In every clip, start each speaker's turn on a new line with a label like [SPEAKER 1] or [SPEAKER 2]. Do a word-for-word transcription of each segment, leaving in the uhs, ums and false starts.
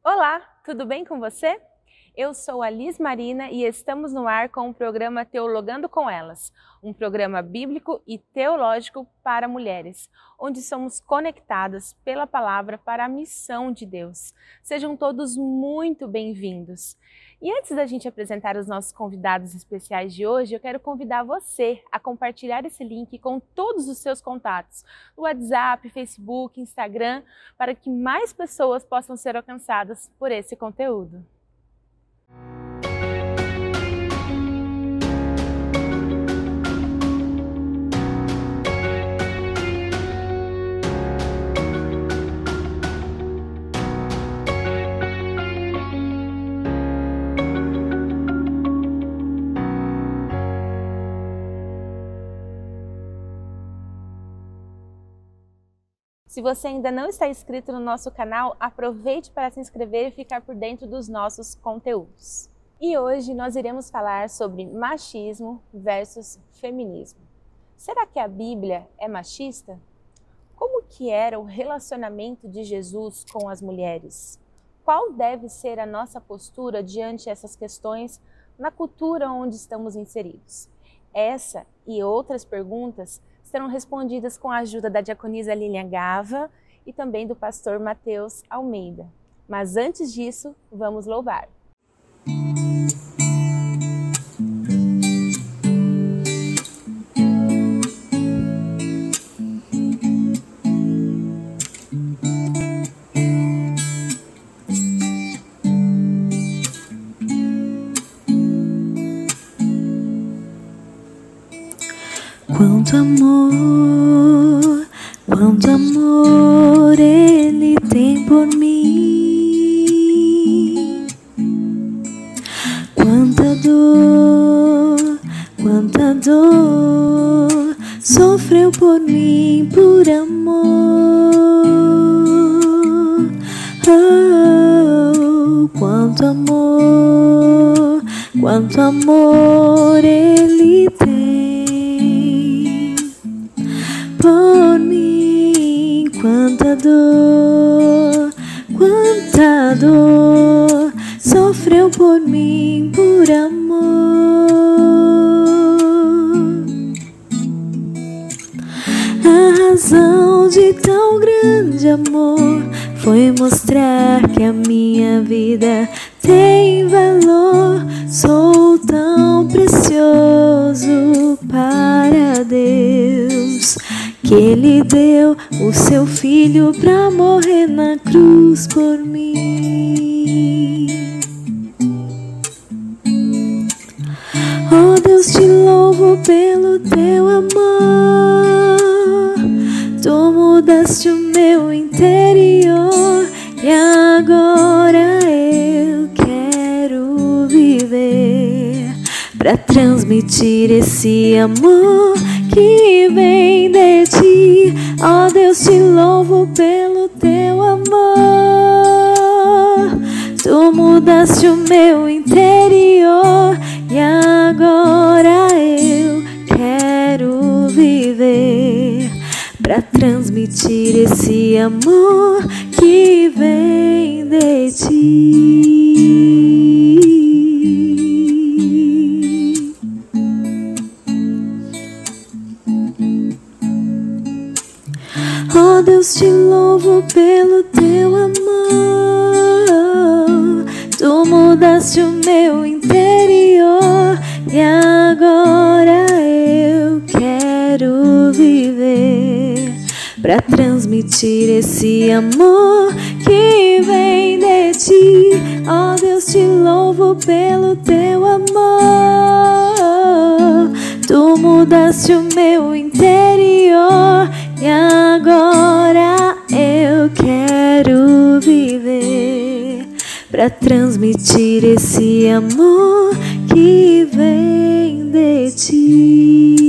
[SPEAKER 1] Olá, tudo bem com você? Eu sou a Liz Marina e estamos no ar com o programa Teologando com Elas, um programa bíblico e teológico para mulheres, onde somos conectadas pela palavra para a missão de Deus. Sejam todos muito bem-vindos. E antes da gente apresentar os nossos convidados especiais de hoje, eu quero convidar você a compartilhar esse link com todos os seus contatos, no WhatsApp, Facebook, Instagram, para que mais pessoas possam ser alcançadas por esse conteúdo. Se você ainda não está inscrito no nosso canal, aproveite para se inscrever e ficar por dentro dos nossos conteúdos. E hoje nós iremos falar sobre machismo versus feminismo. Será que a Bíblia é machista? Como que era o relacionamento de Jesus com as mulheres? Qual deve ser a nossa postura diante dessas questões na cultura onde estamos inseridos? Essa e outras perguntas serão respondidas com a ajuda da diaconisa Lilian Gava e também do pastor Mateus Almeida. Mas antes disso, vamos louvar.
[SPEAKER 2] Quanto amor, quanto amor Ele tem por mim. Quanta dor, quanta dor sofreu por mim por amor. Oh, quanto amor, quanto amor Ele tem por mim. Quanta dor, quanta dor sofreu por mim por amor. A razão de tão grande amor foi mostrar que a minha vida tem valor. Sou tão precioso para Deus que Ele deu o seu Filho pra morrer na cruz por mim. Oh Deus, te louvo pelo teu amor. Tu mudaste o meu interior e agora eu quero viver pra transmitir esse amor que vem de ti. Ó Deus, te louvo pelo teu amor. Tu mudaste o meu interior e agora eu quero viver pra transmitir esse amor que vem de ti. Oh Deus, te louvo pelo teu amor. Tu mudaste o meu interior e agora eu quero viver pra transmitir esse amor que vem de ti. Oh Deus, te louvo pelo teu amor. Tu mudaste o meu interior e agora eu quero viver pra transmitir esse amor que vem de ti.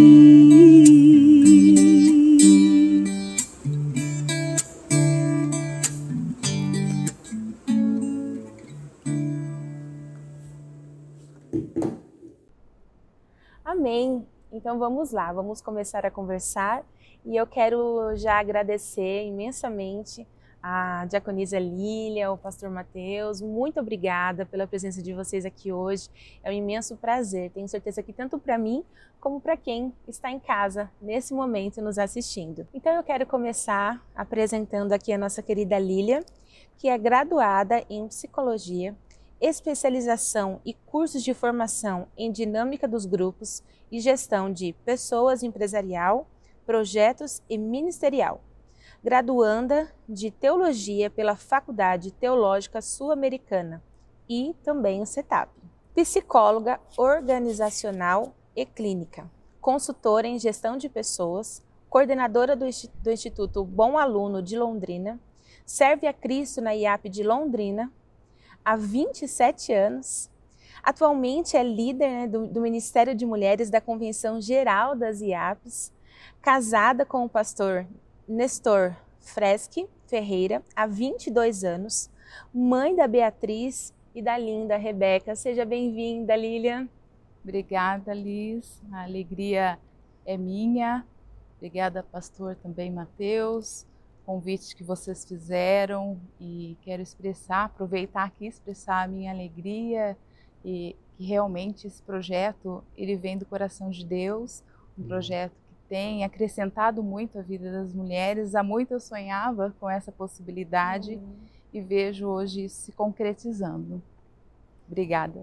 [SPEAKER 1] Amém. Então vamos lá, vamos começar a conversar e eu quero já agradecer imensamente a diaconisa Lília, o pastor Mateus, muito obrigada pela presença de vocês aqui hoje. É um imenso prazer, tenho certeza que tanto para mim como para quem está em casa nesse momento nos assistindo. Então eu quero começar apresentando aqui a nossa querida Lília, que é graduada em psicologia, especialização e cursos de formação em dinâmica dos grupos e gestão de pessoas empresarial, projetos e ministerial. Graduanda de Teologia pela Faculdade Teológica Sul-Americana e também o CETAP. Psicóloga organizacional e clínica, consultora em gestão de pessoas, coordenadora do Instituto Bom Aluno de Londrina, serve a Cristo na I A P de Londrina há vinte e sete anos. Atualmente é líder, né, do, do Ministério de Mulheres da Convenção Geral das I A Ps, casada com o pastor Nestor Freschi Ferreira há vinte e dois anos, mãe da Beatriz e da linda Rebeca. Seja bem-vinda, Lília.
[SPEAKER 3] Obrigada, Liz. A alegria é minha. Obrigada, pastor, também Mateus. Convite que vocês fizeram e quero expressar, aproveitar aqui, expressar a minha alegria e que realmente esse projeto ele vem do coração de Deus, um projeto que tem acrescentado muito a vida das mulheres. Há muito eu sonhava com essa possibilidade uhum. e vejo hoje isso se concretizando. Obrigada.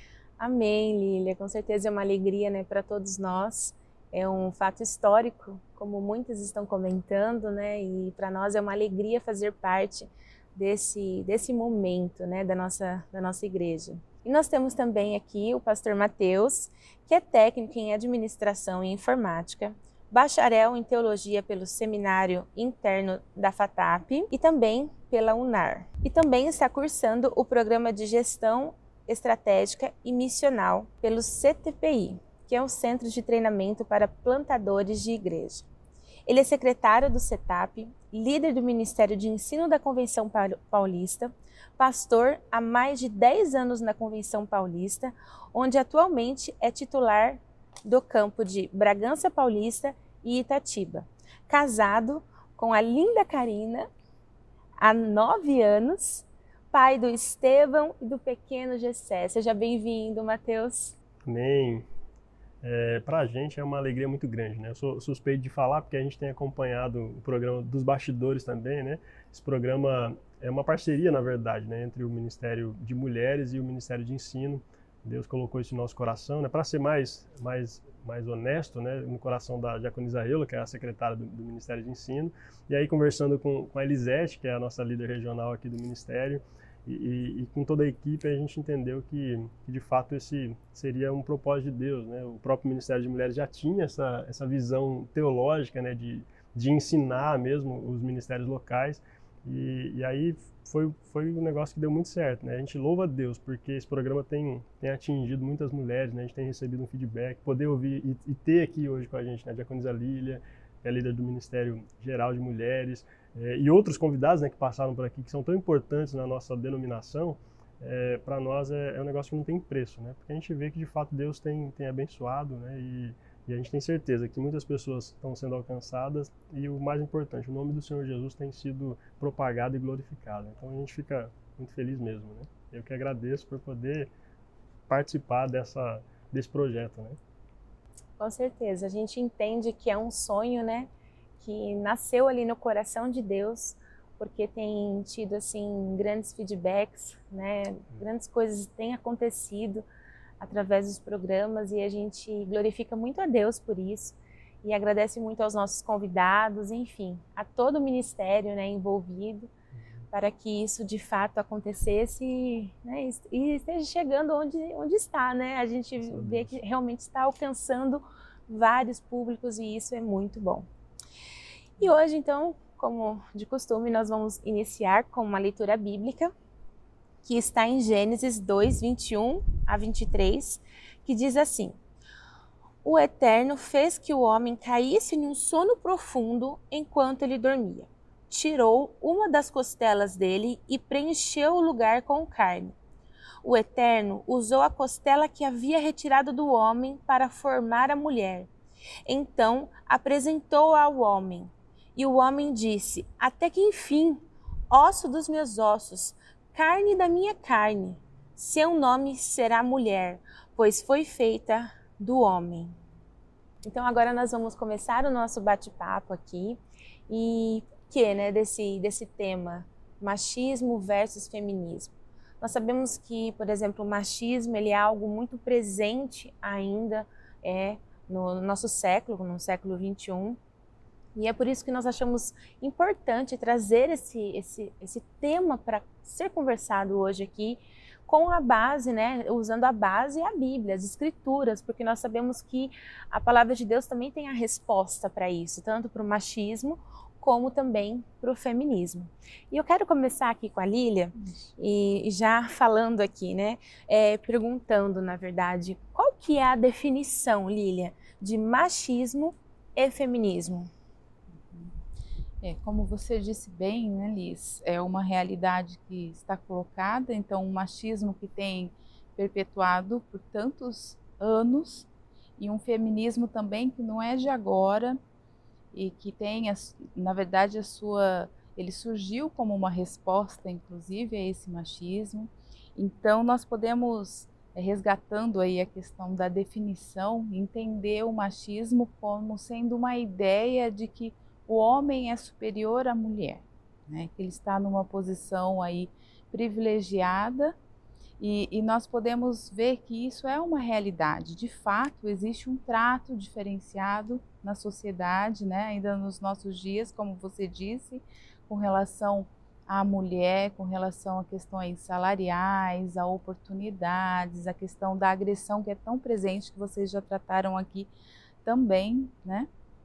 [SPEAKER 1] Amém, Lília. Com certeza é uma alegria, né, para todos nós. É um fato histórico, como muitos estão comentando, né? E para nós é uma alegria fazer parte desse, desse momento, né, da nossa, da nossa igreja. E nós temos também aqui o pastor Mateus, que é técnico em administração e informática, bacharel em teologia pelo Seminário Interno da FATAP e também pela UNAR. E também está cursando o programa de gestão estratégica e missional pelo C T P I, que é um centro de treinamento para plantadores de igreja. Ele é secretário do CETAP, líder do Ministério de Ensino da Convenção Paulista, pastor há mais de dez anos na Convenção Paulista, onde atualmente é titular do campo de Bragança Paulista e Itatiba. Casado com a linda Karina há nove anos, pai do Estevão e do pequeno Gessé. Seja bem-vindo, Mateus.
[SPEAKER 4] Amém. É, para a gente é uma alegria muito grande, né? Eu sou suspeito de falar porque a gente tem acompanhado o programa dos bastidores também, né? Esse programa é uma parceria, na verdade, né, entre o Ministério de Mulheres e o Ministério de Ensino. Deus colocou isso no nosso coração, né? Para ser mais, mais, mais honesto, né? No coração da diaconisa Eula, que é a secretária do, do Ministério de Ensino. E aí, conversando com, com a Elisete, que é a nossa líder regional aqui do Ministério, E, e, e com toda a equipe a gente entendeu que, que de fato esse seria um propósito de Deus, né? O próprio Ministério de Mulheres já tinha essa, essa visão teológica, né? de, de ensinar mesmo os ministérios locais e, e aí foi, foi um negócio que deu muito certo, né? A gente louva a Deus porque esse programa tem, tem atingido muitas mulheres, né? A gente tem recebido um feedback, poder ouvir e, e ter aqui hoje com a gente, né? A diaconisa Lília, que é líder do Ministério Geral de Mulheres, É, e outros convidados, né, que passaram por aqui, que são tão importantes na nossa denominação, é, para nós é, é um negócio que não tem preço, né? Porque a gente vê que de fato Deus tem, tem abençoado, né? E, e a gente tem certeza que muitas pessoas estão sendo alcançadas e o mais importante, o nome do Senhor Jesus tem sido propagado e glorificado. Então a gente fica muito feliz mesmo, né? Eu que agradeço por poder participar dessa, desse projeto, né?
[SPEAKER 1] Com certeza, a gente entende que é um sonho, né? Que nasceu ali no coração de Deus, porque tem tido assim grandes feedbacks, né? Grandes coisas têm acontecido através dos programas e a gente glorifica muito a Deus por isso e agradece muito aos nossos convidados, enfim, a todo o ministério, né, envolvido para que isso de fato acontecesse, né, e esteja chegando onde, onde está, né? A gente vê que realmente está alcançando vários públicos e isso é muito bom. E hoje, então, como de costume, nós vamos iniciar com uma leitura bíblica que está em Gênesis dois, vinte e um a vinte e três, que diz assim: O Eterno fez que o homem caísse em um sono profundo enquanto ele dormia. Tirou uma das costelas dele e preencheu o lugar com carne. O Eterno usou a costela que havia retirado do homem para formar a mulher. Então apresentou-a ao homem. E o homem disse: Até que enfim osso dos meus ossos, carne da minha carne. Seu nome será mulher, pois foi feita do homem. Então agora nós vamos começar o nosso bate-papo aqui. E que, né, desse, desse tema, machismo versus feminismo. Nós sabemos que, por exemplo, o machismo ele é algo muito presente ainda é, no nosso século, no século vinte e um. E é por isso que nós achamos importante trazer esse, esse, esse tema para ser conversado hoje aqui, com a base, né, usando a base a Bíblia, as Escrituras, porque nós sabemos que a palavra de Deus também tem a resposta para isso, tanto para o machismo como também para o feminismo. E eu quero começar aqui com a Lília, e já falando aqui, né, é, perguntando, na verdade, qual que é a definição, Lília, de machismo e feminismo?
[SPEAKER 3] É, como você disse bem, né, Liz, é uma realidade que está colocada, então um machismo que tem perpetuado por tantos anos e um feminismo também que não é de agora e que tem, na verdade, a sua, ele surgiu como uma resposta, inclusive, a esse machismo. Então nós podemos, resgatando aí a questão da definição, entender o machismo como sendo uma ideia de que o homem é superior à mulher, né? Que ele está numa posição aí privilegiada e, e nós podemos ver que isso é uma realidade. De fato, existe um trato diferenciado na sociedade, né? Ainda nos nossos dias, como você disse, com relação à mulher, com relação a questões salariais, a oportunidades, a questão da agressão que é tão presente, que vocês já trataram aqui também, né?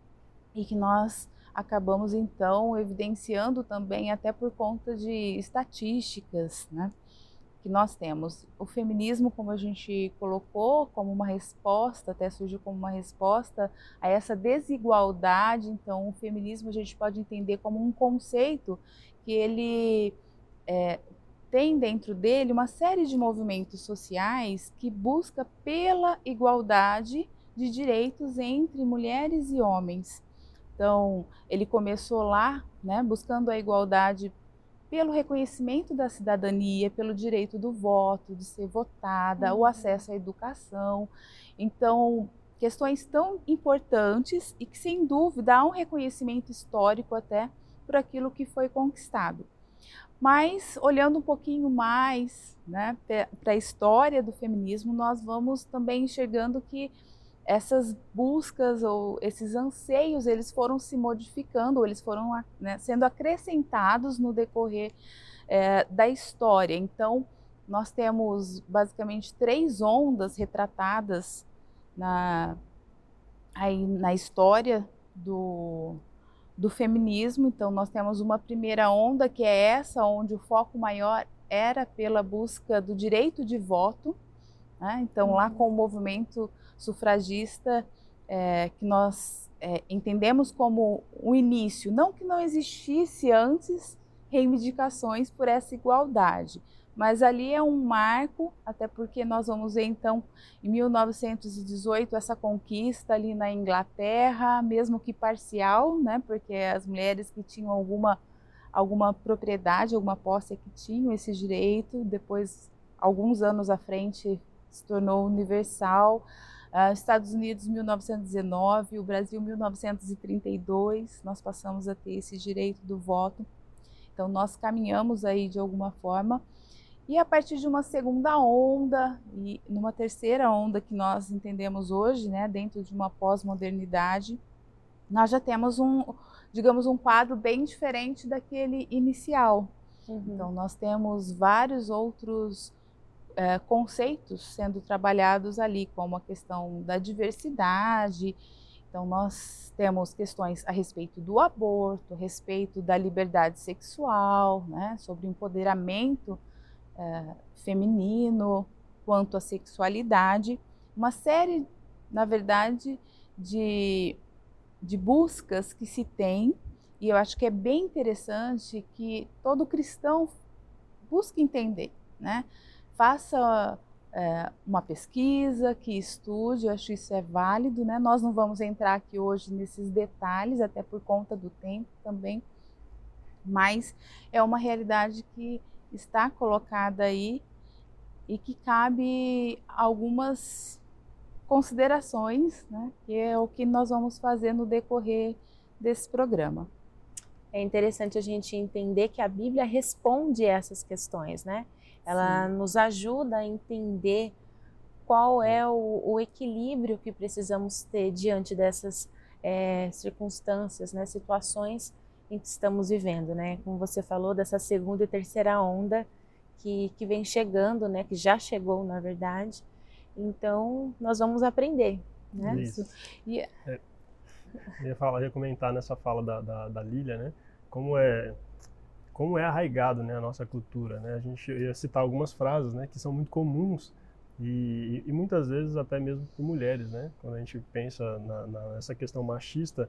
[SPEAKER 3] E que nós acabamos então evidenciando também até por conta de estatísticas, né, que nós temos. O feminismo, como a gente colocou, como uma resposta, até surgiu como uma resposta a essa desigualdade. Então o feminismo a gente pode entender como um conceito que ele é, tem dentro dele uma série de movimentos sociais que busca pela igualdade de direitos entre mulheres e homens. Então, ele começou lá, né, buscando a igualdade pelo reconhecimento da cidadania, pelo direito do voto, de ser votada, uhum. o acesso à educação. Então, questões tão importantes e que, sem dúvida, há um reconhecimento histórico até por aquilo que foi conquistado. Mas, olhando um pouquinho mais, né, para a história do feminismo, nós vamos também enxergando que essas buscas ou esses anseios, eles foram se modificando, ou eles foram, né, sendo acrescentados no decorrer é, da história. Então, nós temos basicamente três ondas retratadas na, aí, na história do, do feminismo. Então, nós temos uma primeira onda, que é essa, onde o foco maior era pela busca do direito de voto, né? Então, uhum. lá com o movimento sufragista, é, que nós é, entendemos como o início, não que não existisse antes reivindicações por essa igualdade, mas ali é um marco, até porque nós vamos ver então em mil novecentos e dezoito essa conquista ali na Inglaterra, mesmo que parcial, né, porque as mulheres que tinham alguma, alguma propriedade, alguma posse que tinham esse direito, depois, alguns anos à frente, se tornou universal. Uh, Estados Unidos, mil novecentos e dezenove, o Brasil, mil novecentos e trinta e dois, nós passamos a ter esse direito do voto. Então, nós caminhamos aí de alguma forma. E a partir de uma segunda onda, e numa terceira onda que nós entendemos hoje, né, dentro de uma pós-modernidade, nós já temos um, digamos, um quadro bem diferente daquele inicial. Uhum. Então, nós temos vários outros É, conceitos sendo trabalhados ali, como a questão da diversidade. Então, nós temos questões a respeito do aborto, a respeito da liberdade sexual, né, sobre o empoderamento é, feminino, quanto à sexualidade, uma série, na verdade, de, de buscas que se tem, e eu acho que é bem interessante que todo cristão busque entender, né? Faça é, uma pesquisa, que estude, eu acho isso é válido, né? Nós não vamos entrar aqui hoje nesses detalhes, até por conta do tempo também, mas é uma realidade que está colocada aí e que cabe algumas considerações, né, que é o que nós vamos fazer no decorrer desse programa.
[SPEAKER 1] É interessante a gente entender que a Bíblia responde essas questões, né? Ela Sim. nos ajuda a entender qual é o, o equilíbrio que precisamos ter diante dessas é, circunstâncias, né, situações em que estamos vivendo, né? Como você falou, dessa segunda e terceira onda que, que vem chegando, né? Que já chegou, na verdade. Então, nós vamos aprender, né?
[SPEAKER 4] Isso. E... É, eu ia, falar, ia comentar nessa fala da, da, da Lília, né? Como é, como é arraigado, né, a nossa cultura, né? A gente ia citar algumas frases, né, que são muito comuns e, e muitas vezes até mesmo por mulheres, né? Quando a gente pensa na, na, nessa questão machista,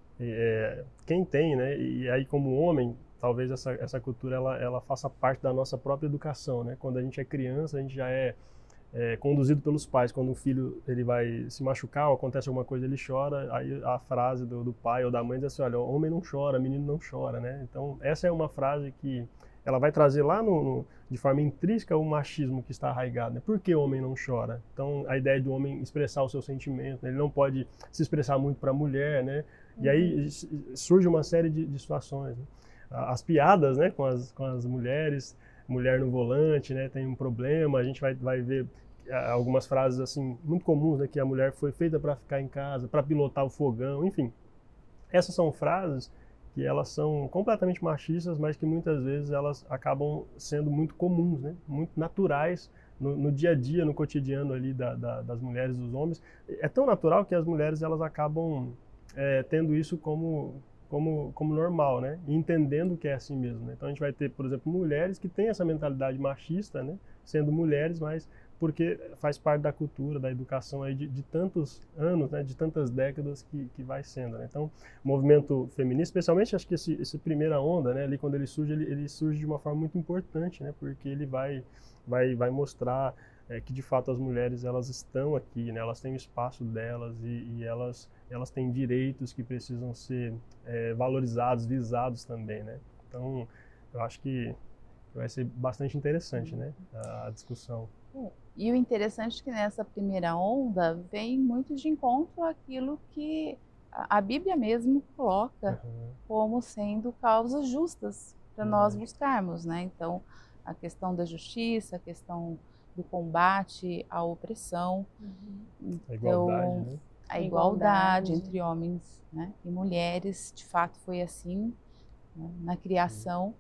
[SPEAKER 4] é, quem tem, né? E aí como homem, talvez essa, essa cultura ela, ela faça parte da nossa própria educação, né? Quando a gente é criança, a gente já é É, conduzido pelos pais. Quando o filho ele vai se machucar ou acontece alguma coisa, ele chora, aí a frase do, do pai ou da mãe diz assim, olha, homem não chora, menino não chora, né? Então essa é uma frase que ela vai trazer lá no, no, de forma intrínseca o machismo que está arraigado, né? Por que o homem não chora? Então a ideia do homem expressar o seu sentimento, né? Ele não pode se expressar muito para a mulher, né? E aí surge uma série de, de situações, né? As piadas, né, com as, com as mulheres, mulher no volante, né, tem um problema, a gente vai, vai ver algumas frases assim muito comuns, né, que a mulher foi feita para ficar em casa, para pilotar o fogão, enfim. Essas são frases que elas são completamente machistas, mas que muitas vezes elas acabam sendo muito comuns, né, muito naturais no, no dia a dia, no cotidiano ali da, da, das mulheres e dos homens. É tão natural que as mulheres elas acabam é, tendo isso como Como, como normal, né? E entendendo que é assim mesmo, né? Então a gente vai ter, por exemplo, mulheres que têm essa mentalidade machista, né? Sendo mulheres, mas porque faz parte da cultura, da educação aí de, de tantos anos, né? De tantas décadas que, que vai sendo, né? Então, o movimento feminista, especialmente acho que esse, esse primeira onda, né? Ali quando ele surge, ele, ele surge de uma forma muito importante, né? Porque ele vai, vai, vai mostrar é, que de fato as mulheres elas estão aqui, né? Elas têm o espaço delas e, e elas elas têm direitos que precisam ser é, valorizados, visados também, né? Então, eu acho que vai ser bastante interessante, né, a, a discussão.
[SPEAKER 3] E o interessante é que nessa primeira onda vem muito de encontro àquilo que a Bíblia mesmo coloca uhum. como sendo causas justas para uhum. nós buscarmos, né? Então, a questão da justiça, a questão do combate à opressão,
[SPEAKER 4] uhum. a igualdade,
[SPEAKER 3] então,
[SPEAKER 4] né?
[SPEAKER 3] A igualdade entre homens, né, e mulheres, de fato foi assim, né, na criação.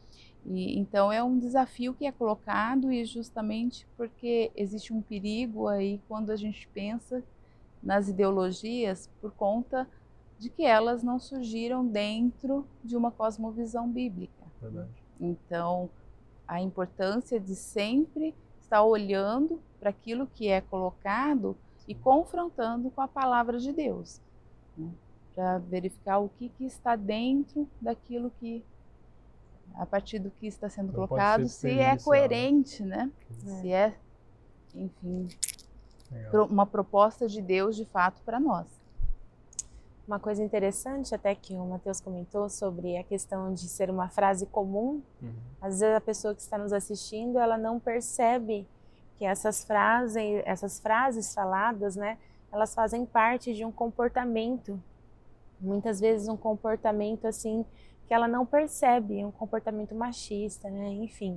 [SPEAKER 3] E, então é um desafio que é colocado e justamente porque existe um perigo aí quando a gente pensa nas ideologias por conta de que elas não surgiram dentro de uma cosmovisão bíblica.
[SPEAKER 4] Verdade.
[SPEAKER 3] Então a importância de sempre estar olhando para aquilo que é colocado e confrontando com a palavra de Deus, né, para verificar o que, que está dentro daquilo que, a partir do que está sendo Não colocado, se é coerente, né? É. Se é, enfim, Legal. uma proposta de Deus de fato para nós.
[SPEAKER 1] Uma coisa interessante até que o Matheus comentou sobre a questão de ser uma frase comum, uhum. às vezes a pessoa que está nos assistindo, ela não percebe que essas frases, essas frases faladas, né, elas fazem parte de um comportamento, muitas vezes um comportamento assim que ela não percebe, um comportamento machista, né, enfim.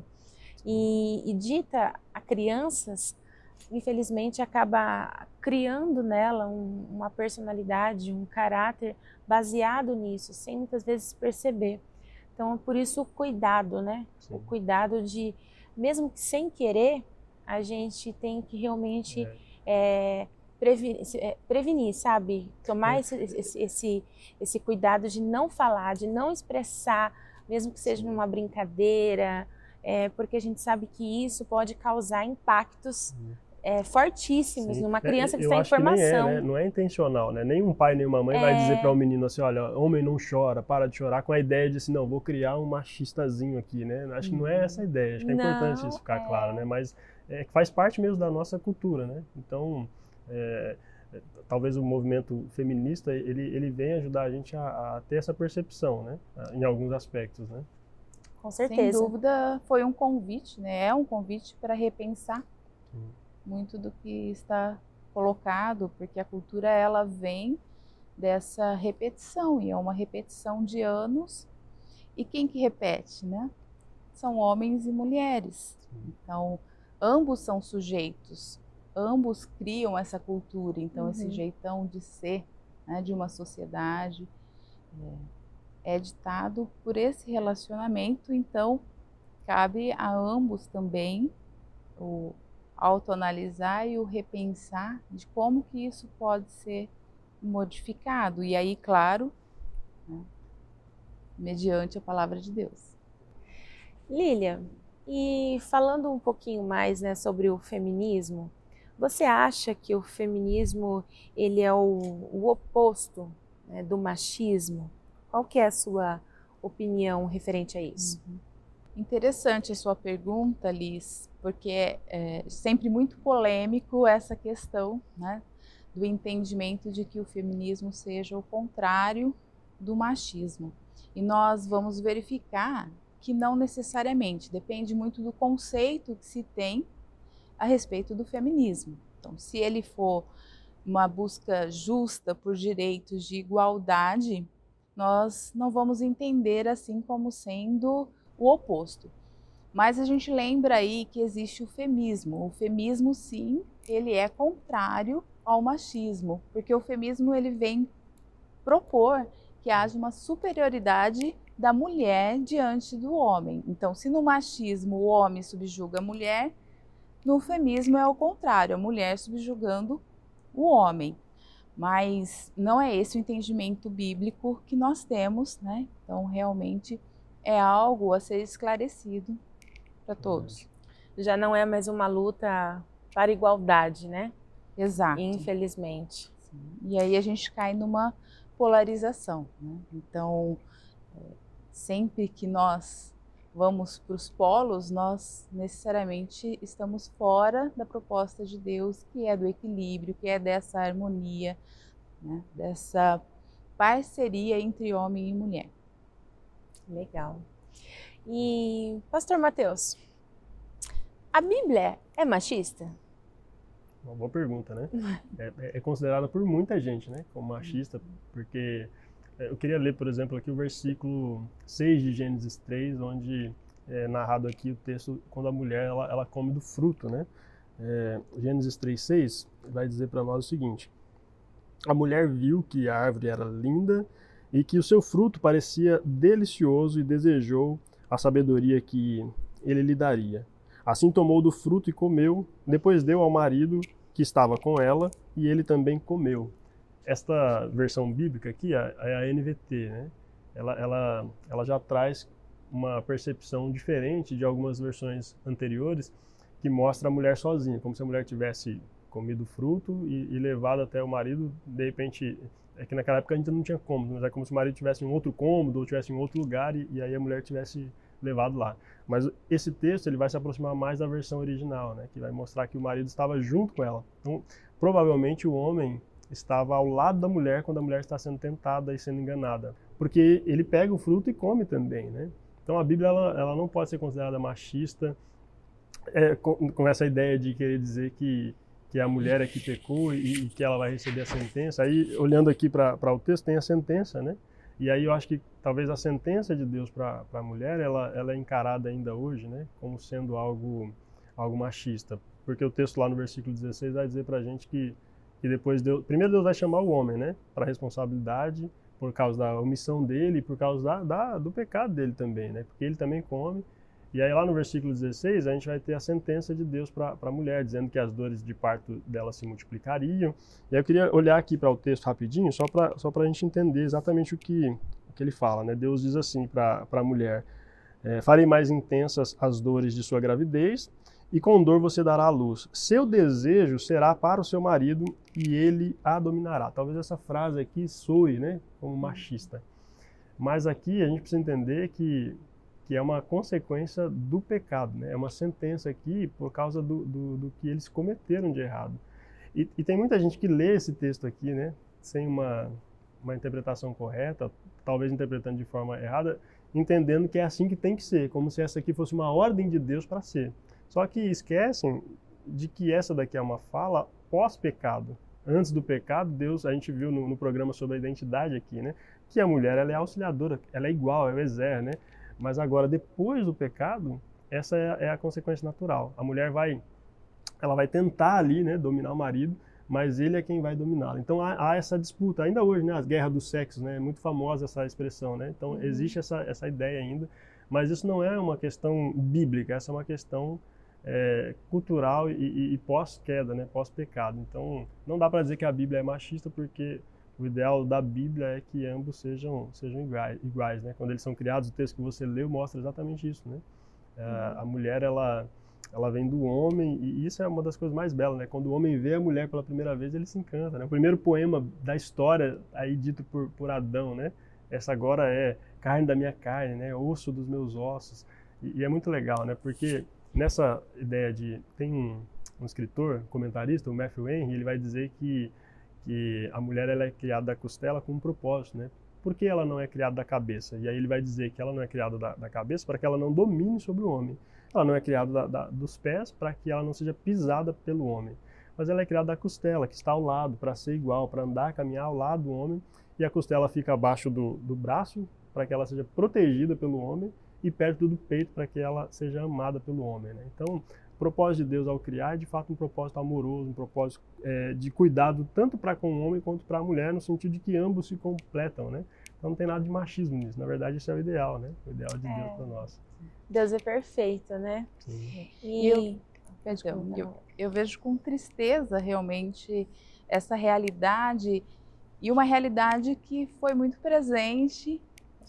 [SPEAKER 1] E, e dita a crianças, infelizmente acaba criando nela um, uma personalidade, um caráter baseado nisso, sem muitas vezes perceber. Então, por isso o cuidado, né, Sim. o cuidado de, mesmo que sem querer, a gente tem que realmente é. É, prevenir, prevenir, sabe? Tomar esse, esse, esse, esse cuidado de não falar, de não expressar, mesmo que seja numa brincadeira, é, porque a gente sabe que isso pode causar impactos é, fortíssimos Sim. numa criança que está em formação.
[SPEAKER 4] Nem é, né? Não é intencional, né? Nenhum pai, nenhuma mãe é... vai dizer para o um menino assim, olha, homem não chora, para de chorar, com a ideia de assim, não, vou criar um machistazinho aqui, né? Acho que não é essa a ideia, acho que é não, importante isso ficar é... claro, né? Mas é que faz parte mesmo da nossa cultura, né? Então, é, talvez o movimento feminista, ele, ele vem ajudar a gente a, a ter essa percepção, né? Em alguns aspectos, né?
[SPEAKER 1] Com certeza.
[SPEAKER 3] Sem dúvida, foi um convite, né? É um convite para repensar
[SPEAKER 4] Sim.
[SPEAKER 3] muito do que está colocado, porque a cultura, ela vem dessa repetição, e é uma repetição de anos. E quem que repete, né? São homens e mulheres.
[SPEAKER 4] Sim.
[SPEAKER 3] Então, ambos são sujeitos, ambos criam essa cultura, então
[SPEAKER 1] Uhum.
[SPEAKER 3] esse jeitão de ser, né, de uma sociedade é, é ditado por esse relacionamento, então cabe a ambos também o autoanalisar e o repensar de como que isso pode ser modificado, e aí, claro, né, mediante a palavra de Deus.
[SPEAKER 1] Lilian, e falando um pouquinho mais, né, sobre o feminismo, você acha que o feminismo ele é o, o oposto, né, do machismo? Qual que é a sua opinião referente a isso?
[SPEAKER 3] Uhum. Interessante a sua pergunta, Liz, porque é, é sempre muito polêmico essa questão, né, do entendimento de que o feminismo seja o contrário do machismo. E nós vamos verificar que não necessariamente, depende muito do conceito que se tem a respeito do feminismo. Então, se ele for uma busca justa por direitos de igualdade, nós não vamos entender assim como sendo o oposto. Mas a gente lembra aí que existe o femismo. O femismo, sim, ele é contrário ao machismo, porque o feminismo ele vem propor que haja uma superioridade da mulher diante do homem. Então, se no machismo o homem subjuga a mulher, no feminismo é o contrário, a mulher subjugando o homem. Mas não é esse o entendimento bíblico que nós temos, né? Então, realmente é algo a ser esclarecido para todos.
[SPEAKER 1] Já não é mais uma luta para igualdade, né?
[SPEAKER 3] Exato.
[SPEAKER 1] Infelizmente.
[SPEAKER 3] Sim. E aí a gente cai numa polarização, né? Então, sempre que nós vamos para os polos, nós necessariamente estamos fora da proposta de Deus, que é do equilíbrio, que é dessa harmonia, né? Dessa parceria entre homem e mulher.
[SPEAKER 1] Legal. E, pastor Mateus, a Bíblia é machista?
[SPEAKER 4] Uma boa pergunta, né? É, é considerada por muita gente, né, como machista, porque eu queria ler, por exemplo, aqui o versículo seis de Gênesis três, onde é narrado aqui o texto quando a mulher ela, ela come do fruto, né? É, Gênesis três, seis vai dizer para nós o seguinte: a mulher viu que a árvore era linda e que o seu fruto parecia delicioso e desejou a sabedoria que ele lhe daria. Assim tomou do fruto e comeu, depois deu ao marido que estava com ela e ele também comeu. Esta versão bíblica aqui é a N V T, né? Ela, ela, ela já traz uma percepção diferente de algumas versões anteriores que mostra a mulher sozinha, como se a mulher tivesse comido fruto e, e levado até o marido, de repente, é que naquela época a gente não tinha cômodo, mas é como se o marido tivesse em outro cômodo ou tivesse em outro lugar e, e aí a mulher tivesse levado lá. Mas esse texto ele vai se aproximar mais da versão original, né, que vai mostrar que o marido estava junto com ela. Então, provavelmente o homem estava ao lado da mulher quando a mulher está sendo tentada e sendo enganada, porque ele pega o fruto e come também, né? Então a Bíblia ela, ela não pode ser considerada machista, é, com, com essa ideia de querer dizer que que a mulher é que pecou e, e que ela vai receber a sentença. Aí, olhando aqui para o texto, tem a sentença, né? E aí eu acho que talvez a sentença de Deus para a mulher, ela, ela é encarada ainda hoje, né, como sendo algo, algo machista. Porque o texto lá no versículo dezesseis vai dizer para a gente que, que depois Deus... Primeiro Deus vai chamar o homem, né, para a responsabilidade por causa da omissão dele e por causa da, da, do pecado dele também, né? Porque ele também come. E aí lá no versículo dezesseis a gente vai ter a sentença de Deus para a mulher, dizendo que as dores de parto dela se multiplicariam. E aí eu queria olhar aqui para o texto rapidinho, só para só para a gente entender exatamente o que, o que ele fala, né? Deus diz assim para a mulher: é, farei mais intensas as dores de sua gravidez, e com dor você dará à luz. Seu desejo será para o seu marido, e ele a dominará. Talvez essa frase aqui soe, né, como machista. Mas aqui a gente precisa entender que que é uma consequência do pecado, né? É uma sentença aqui por causa do, do, do que eles cometeram de errado. E, e tem muita gente que lê esse texto aqui, né, sem uma, uma interpretação correta, talvez interpretando de forma errada, entendendo que é assim que tem que ser, como se essa aqui fosse uma ordem de Deus para ser. Só que esquecem de que essa daqui é uma fala pós-pecado. Antes do pecado, Deus, a gente viu no, no programa sobre a identidade aqui, né, que a mulher ela é auxiliadora, ela é igual, é o exer, né? Mas agora, depois do pecado, essa é, é a consequência natural. A mulher vai, ela vai tentar ali, né, dominar o marido, mas ele é quem vai dominá-la. Então há, há essa disputa, ainda hoje, né, as guerras dos sexos, né, é muito famosa essa expressão, né? Então uhum. existe essa, essa ideia ainda, mas isso não é uma questão bíblica, essa é uma questão é, cultural e, e, e pós-queda, né, pós-pecado. Então não dá para dizer que a Bíblia é machista, porque o ideal da Bíblia é que ambos sejam, sejam iguais, iguais, né? Quando eles são criados, o texto que você leu mostra exatamente isso, né? Uhum. A mulher, ela, ela vem do homem, e isso é uma das coisas mais belas, né? Quando o homem vê a mulher pela primeira vez, ele se encanta, né? O primeiro poema da história, aí dito por, por Adão, né? Essa agora é carne da minha carne, né? Osso dos meus ossos. E, e é muito legal, né? Porque nessa ideia de... Tem um, um escritor, comentarista, o Matthew Henry, ele vai dizer que que a mulher ela é criada da costela com um propósito, né? Por que ela não é criada da cabeça? E aí ele vai dizer que ela não é criada da, da cabeça para que ela não domine sobre o homem. Ela não é criada da, da, dos pés para que ela não seja pisada pelo homem. Mas ela é criada da costela, que está ao lado, para ser igual, para andar, caminhar ao lado do homem. E a costela fica abaixo do, do braço para que ela seja protegida pelo homem e perto do peito para que ela seja amada pelo homem, né? Então, o propósito de Deus ao criar é de fato um propósito amoroso, um propósito é, de cuidado tanto para com o homem quanto para a mulher, no sentido de que ambos se completam, né? Então não tem nada de machismo nisso, na verdade isso é o ideal, né? O ideal de é. Deus para nós.
[SPEAKER 1] Deus é perfeito, né?
[SPEAKER 4] Sim.
[SPEAKER 3] E eu, perdão, eu, eu vejo com tristeza realmente essa realidade, e uma realidade que foi muito presente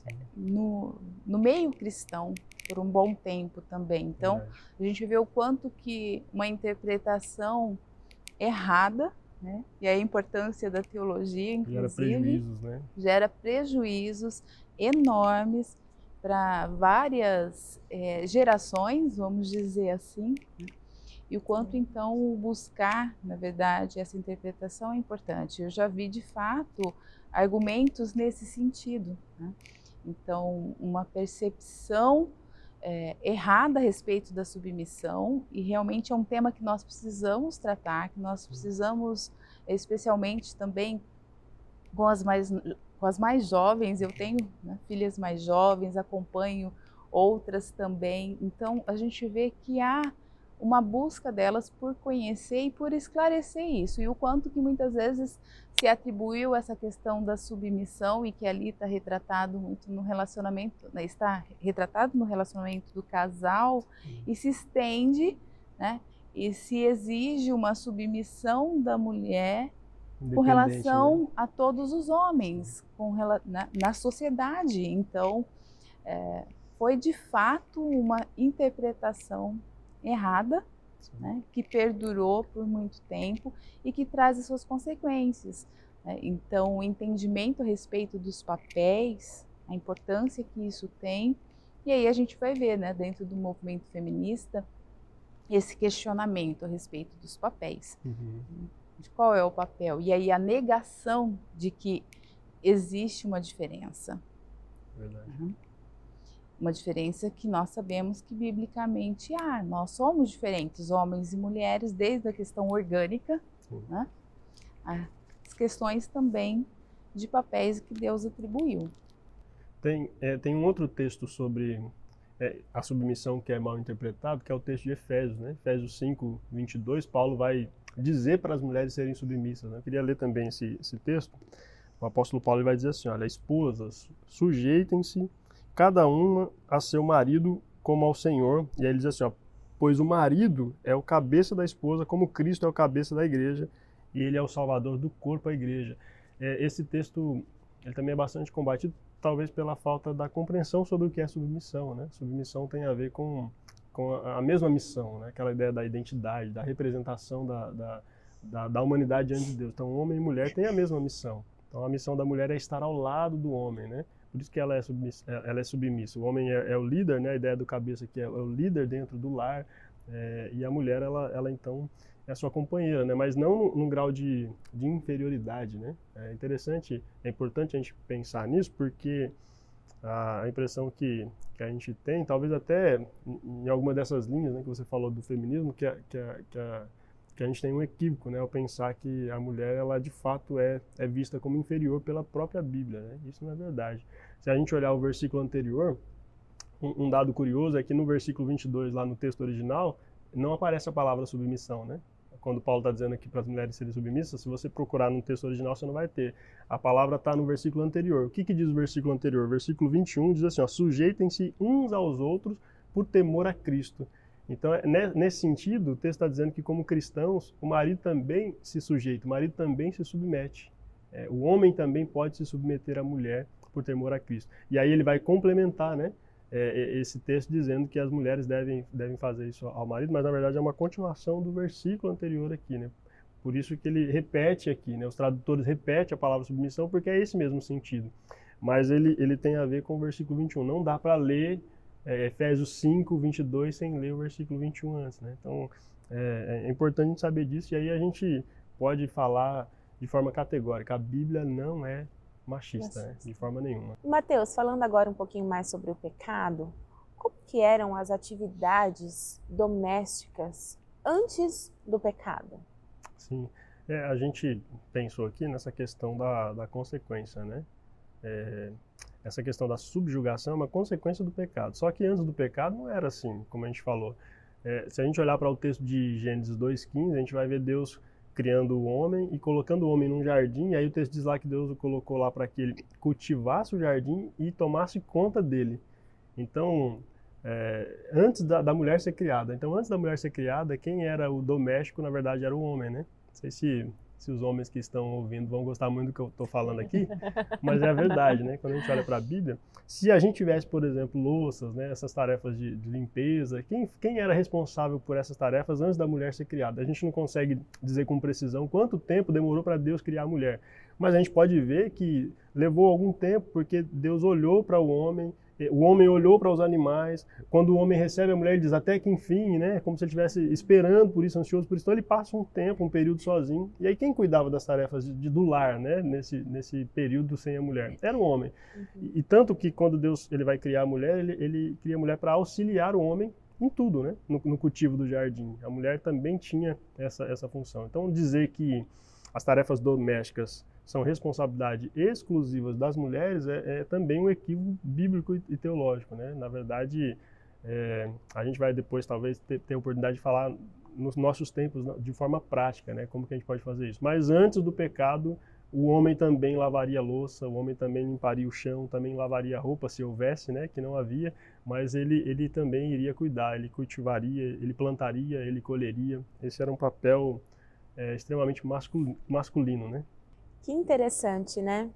[SPEAKER 3] no, no meio cristão por um bom tempo também. Então, verdade. A gente vê o quanto que uma interpretação errada, né, e a importância da teologia, inclusive,
[SPEAKER 4] gera prejuízos, né?
[SPEAKER 3] Gera prejuízos enormes para várias é, gerações, vamos dizer assim, né? E o quanto, então, buscar, na verdade, essa interpretação é importante. Eu já vi, de fato, argumentos nesse sentido, né? Então, uma percepção É, errada a respeito da submissão, e realmente é um tema que nós precisamos tratar, que nós precisamos, especialmente também com as mais, com as mais jovens. Eu tenho, né, filhas mais jovens, acompanho outras também, então a gente vê que há uma busca delas por conhecer e por esclarecer isso, e o quanto que muitas vezes se atribuiu essa questão da submissão, e que ali está retratado muito no relacionamento, né, está retratado no relacionamento do casal, e se estende, né, e se exige uma submissão da mulher com relação, né, a todos os homens, com, na, na sociedade. Então, é, foi de fato uma interpretação errada, né, que perdurou por muito tempo e que traz as suas consequências, né? Então, o entendimento a respeito dos papéis, a importância que isso tem, e aí a gente vai ver, né, dentro do movimento feminista, esse questionamento a respeito dos papéis,
[SPEAKER 4] uhum.
[SPEAKER 3] de qual é o papel, e aí a negação de que existe uma diferença.
[SPEAKER 4] Verdade.
[SPEAKER 3] Uhum. Uma diferença que nós sabemos que biblicamente há. Nós somos diferentes, homens e mulheres, desde a questão orgânica, né, as questões também de papéis que Deus atribuiu.
[SPEAKER 4] Tem, é, tem um outro texto sobre é, a submissão que é mal interpretado, que é o texto de Efésios, né? Efésios cinco, vinte e dois, Paulo vai dizer para as mulheres serem submissas, né? Eu queria ler também esse, esse texto. O apóstolo Paulo vai dizer assim, olha, esposas, sujeitem-se cada uma a seu marido como ao Senhor. E aí ele diz assim, ó, pois o marido é o cabeça da esposa, como Cristo é o cabeça da igreja, e ele é o salvador do corpo, a igreja. É, esse texto ele também é bastante combatido, talvez pela falta da compreensão sobre o que é submissão, né? Submissão tem a ver com, com a, a mesma missão, né? Aquela ideia da identidade, da representação da, da, da, da humanidade diante de Deus. Então, homem e mulher têm a mesma missão. Então, a missão da mulher é estar ao lado do homem, né? Por isso que ela é submissa. Ela é submissa. O homem é, é o líder, né? A ideia do cabeça aqui é, é o líder dentro do lar, é, e a mulher, ela, ela então, é a sua companheira, né? Mas não num, num grau de, de inferioridade, né? É interessante, é importante a gente pensar nisso, porque a, a impressão que, que a gente tem, talvez até em, em alguma dessas linhas, né, que você falou do feminismo, que a, que a, que a, que a gente tem um equívoco, né? Ao pensar que a mulher, ela de fato é, é vista como inferior pela própria Bíblia, né? Isso não é verdade. Se a gente olhar o versículo anterior, um, um dado curioso é que no versículo vinte e dois, lá no texto original, não aparece a palavra submissão, né? Quando Paulo está dizendo aqui para as mulheres serem submissas, se você procurar no texto original, você não vai ter. A palavra está no versículo anterior. O que, que diz o versículo anterior? O versículo vinte e um diz assim, ó, sujeitem-se uns aos outros por temor a Cristo. Então, nesse sentido, o texto está dizendo que, como cristãos, o marido também se sujeita, o marido também se submete. É, o homem também pode se submeter à mulher por temor a Cristo. E aí ele vai complementar, né? É, esse texto dizendo que as mulheres devem, devem fazer isso ao marido, mas na verdade é uma continuação do versículo anterior aqui, né? Por isso que ele repete aqui, né? Os tradutores repetem a palavra submissão porque é esse mesmo sentido. Mas ele, ele tem a ver com o versículo vinte e um. Não dá para ler é, Efésios cinco, vinte e dois sem ler o versículo vinte e um antes, né? Então é, é importante a gente saber disso, e aí a gente pode falar de forma categórica. A Bíblia não é machista, né? De forma nenhuma.
[SPEAKER 1] Mateus, falando agora um pouquinho mais sobre o pecado, como que eram as atividades domésticas antes do pecado?
[SPEAKER 4] Sim, é, a gente pensou aqui nessa questão da, da consequência, né? É, essa questão da subjugação é uma consequência do pecado. Só que antes do pecado não era assim, como a gente falou. É, se a gente olhar para o texto de Gênesis dois, quinze, a gente vai ver Deus criando o homem e colocando o homem num jardim, e aí o texto diz lá que Deus o colocou lá para que ele cultivasse o jardim e tomasse conta dele. Então, é, antes da, da mulher ser criada, então antes da mulher ser criada, quem era o doméstico, na verdade, era o homem, né? Não sei se, se os homens que estão ouvindo vão gostar muito do que eu estou falando aqui, mas é a verdade, né? Quando a gente olha para a Bíblia, se a gente tivesse, por exemplo, louças, né, essas tarefas de, de limpeza, quem, quem era responsável por essas tarefas antes da mulher ser criada? A gente não consegue dizer com precisão quanto tempo demorou para Deus criar a mulher, mas a gente pode ver que levou algum tempo, porque Deus olhou para o homem, o homem olhou para os animais, quando o homem recebe a mulher, ele diz até que enfim, né, como se ele estivesse esperando por isso, ansioso por isso, então ele passa um tempo, um período sozinho, e aí quem cuidava das tarefas de, de do lar, né, nesse, nesse período sem a mulher? Era o homem. Uhum. E, e tanto que quando Deus ele vai criar a mulher, ele, ele cria a mulher para auxiliar o homem em tudo, né, no, no cultivo do jardim. A mulher também tinha essa, essa função. Então dizer que as tarefas domésticas são responsabilidade exclusiva das mulheres é, é também um equívoco bíblico e teológico, né? Na verdade, é, a gente vai depois talvez ter, ter a oportunidade de falar nos nossos tempos de forma prática, né? Como que a gente pode fazer isso. Mas antes do pecado, o homem também lavaria a louça, o homem também limparia o chão, também lavaria a roupa, se houvesse, né? Que não havia, mas ele, ele também iria cuidar, ele cultivaria, ele plantaria, ele colheria. Esse era um papel é, extremamente masculino, né?
[SPEAKER 1] Que interessante, né?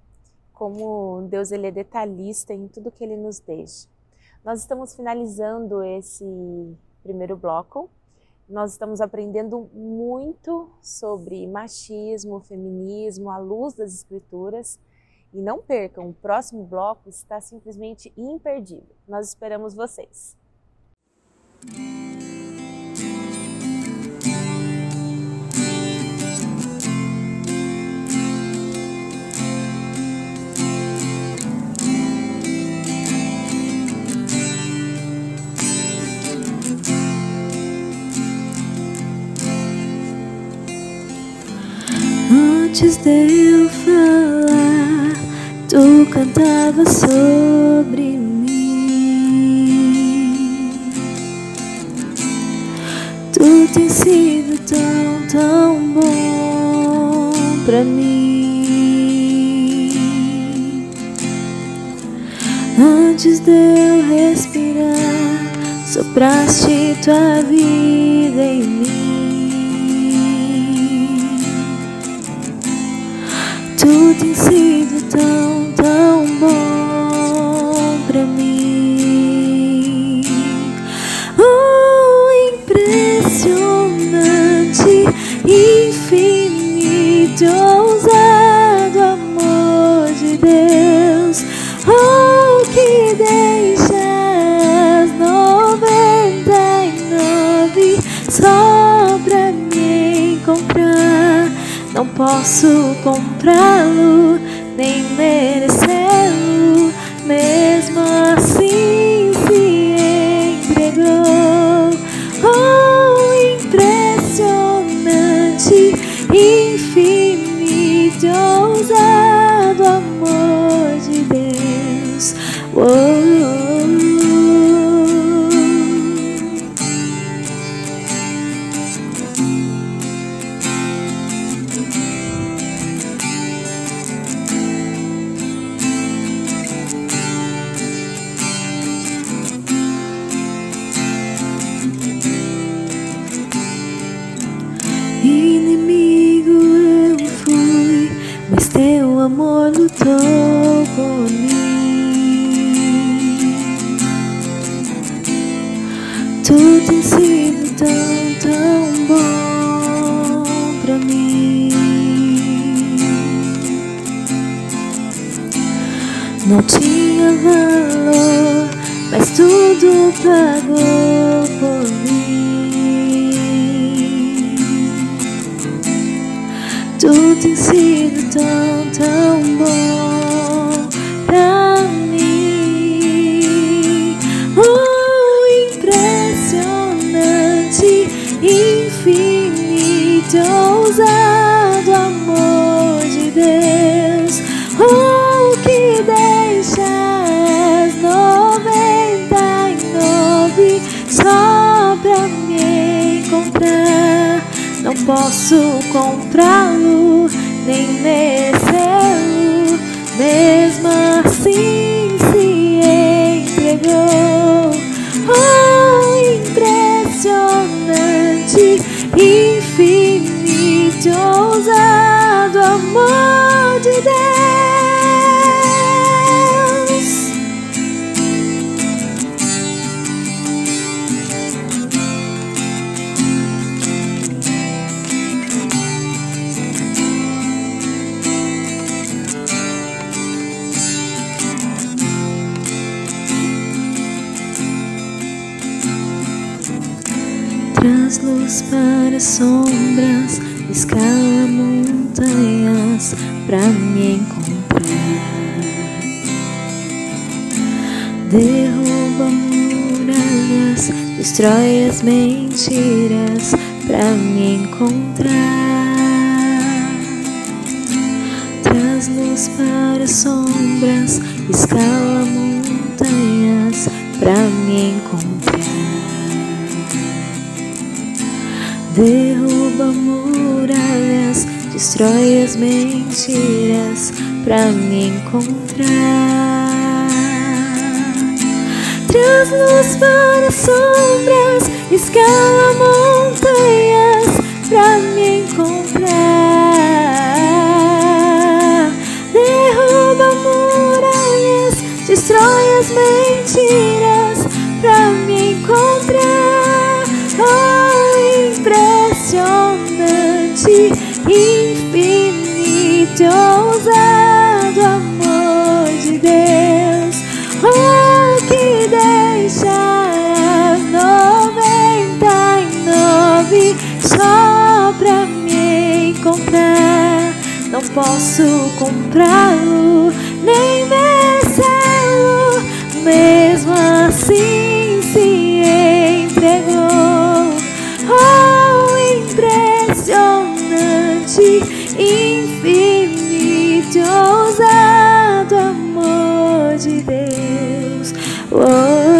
[SPEAKER 1] Como Deus ele é detalhista em tudo que Ele nos deixa. Nós estamos finalizando esse primeiro bloco. Nós estamos aprendendo muito sobre machismo, feminismo, à luz das Escrituras. E não percam, o próximo bloco está simplesmente imperdível. Nós esperamos vocês.
[SPEAKER 2] Antes de eu falar, tu cantava sobre mim. Tu tens sido tão, tão bom pra mim. Antes de eu respirar, sopraste tua vida em mim. Tu tens sido tão, tão bom pra mim. Oh, impressionante, infinito, ousado amor de Deus. Oh, que deixas noventa e nove só pra mim não posso comprá-lo, nem merecê-lo, mesmo assim se entregou. Oh, impressionante, infinito, ousado amor de Deus. Oh, inimigo eu fui, mas teu amor lutou por mim. Tu tens sido tão, tão bom pra mim. Não tinha valor, mas tudo pagou por mim. Tu tens sido tão, tão bom pra mim. Oh, impressionante, infinito, ousado amor de Deus. Oh, que deixa as noventa e nove só pra me encontrar. Não posso comprá-lo, nem merecê-lo, mesmo assim se entregou. Oh, impressionante, infinito, ousado amor de Deus. Traz luz para sombras, escala montanhas pra me encontrar. Derruba muralhas, destrói as mentiras pra me encontrar. Traz luz para sombras, escala montanhas pra me encontrar. Derruba muralhas, destrói as mentiras pra me encontrar. Traz luz para sombras, escala montanhas pra me encontrar. Derruba muralhas, destrói as mentiras pra me encontrar. Oh, impressionante, infinito, ousado amor de Deus. Oh, que deixa as noventa e nove só pra me encontrar. Não posso comprá-lo, nem merecê-lo, mesmo assim se entregou. Oh, impressionante, infinito, ousado amor de Deus. Oh, oh,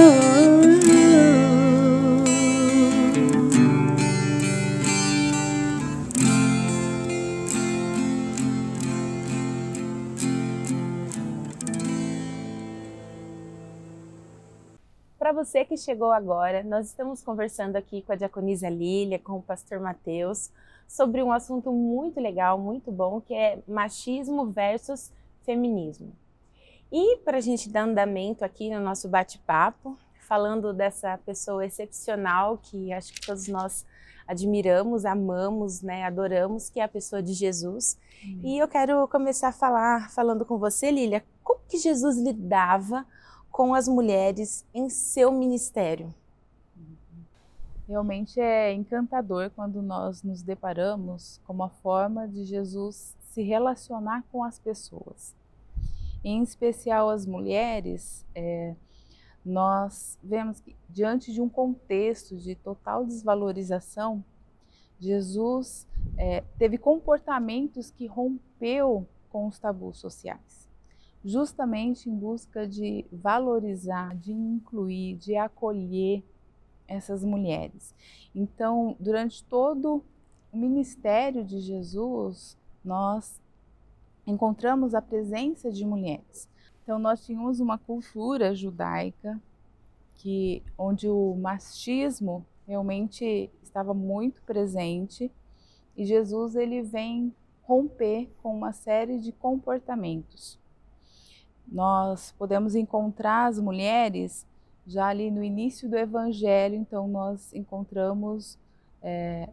[SPEAKER 1] Para você que chegou agora, nós estamos conversando aqui com a diaconisa Lília, com o pastor Mateus, sobre um assunto muito legal, muito bom, que é machismo versus feminismo. E para a gente dar andamento aqui no nosso bate-papo, falando dessa pessoa excepcional que acho que todos nós admiramos, amamos, né, adoramos, que é a pessoa de Jesus. Hum. E eu quero começar a falar, falando com você, Lília, como que Jesus lidava com as mulheres em seu ministério?
[SPEAKER 3] Realmente é encantador quando nós nos deparamos com uma forma de Jesus se relacionar com as pessoas. Em especial as mulheres, é, nós vemos que diante de um contexto de total desvalorização, Jesus é, teve comportamentos que rompeu com os tabus sociais, justamente em busca de valorizar, de incluir, de acolher essas mulheres. Então, durante todo o ministério de Jesus, nós encontramos a presença de mulheres. Então, nós tínhamos uma cultura judaica que, onde o machismo realmente estava muito presente, e Jesus ele vem romper com uma série de comportamentos. Nós podemos encontrar as mulheres já ali no início do Evangelho, então nós encontramos é,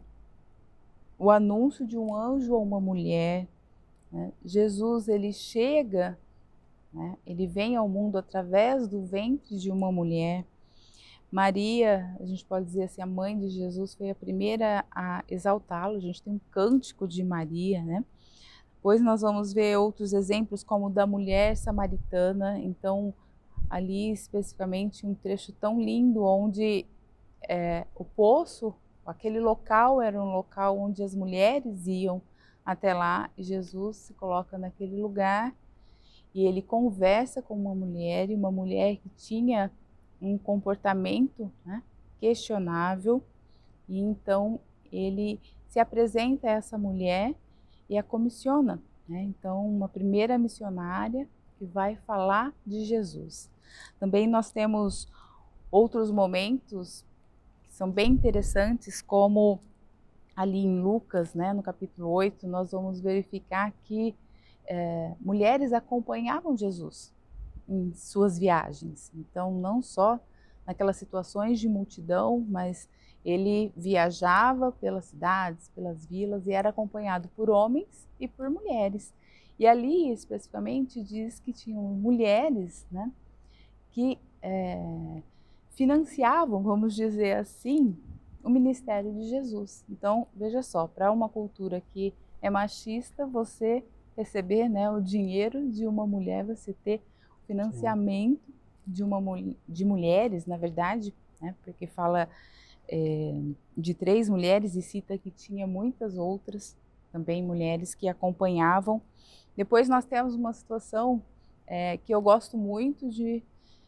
[SPEAKER 3] o anúncio de um anjo a uma mulher, né? Jesus ele chega, né? Ele vem ao mundo através do ventre de uma mulher. Maria, a gente pode dizer assim, a mãe de Jesus foi a primeira a exaltá-lo. A gente tem um cântico de Maria, né? Depois nós vamos ver outros exemplos como o da mulher samaritana. Então, ali especificamente um trecho tão lindo onde é, o poço, aquele local era um local onde as mulheres iam até lá, e Jesus se coloca naquele lugar e ele conversa com uma mulher, e uma mulher que tinha um comportamento, né, questionável, e então ele se apresenta a essa mulher e a comissiona, né? Então, uma primeira missionária que vai falar de Jesus. Também nós temos outros momentos que são bem interessantes, como ali em Lucas, né, no capítulo oito, nós vamos verificar que é, mulheres acompanhavam Jesus em suas viagens. Então, não só naquelas situações de multidão, mas ele viajava pelas cidades, pelas vilas, e era acompanhado por homens e por mulheres. E ali, especificamente, diz que tinham mulheres, né, que é, financiavam, vamos dizer assim, o ministério de Jesus. Então, veja só, para uma cultura que é machista, você receber, né, o dinheiro de uma mulher, você ter o financiamento de, uma, de mulheres, na verdade, né, porque fala é, de três mulheres e cita que tinha muitas outras também mulheres que acompanhavam. Depois nós temos uma situação é, que eu gosto muito de,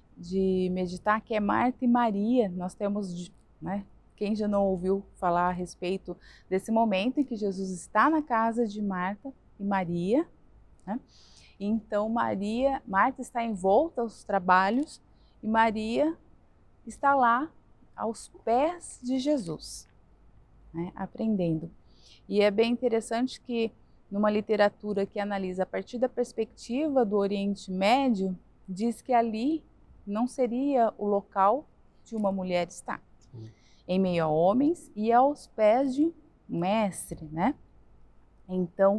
[SPEAKER 3] de meditar, que é Marta e Maria. Nós temos, né, quem já não ouviu falar a respeito desse momento em que Jesus está na casa de Marta e Maria, né? Então Maria, Marta está envolta aos trabalhos e Maria está lá aos pés de Jesus, né, aprendendo. E é bem interessante que numa literatura que analisa a partir da perspectiva do Oriente Médio, diz que ali não seria o local de uma mulher estar, Sim. em meio a homens e aos pés de um mestre, né? Então,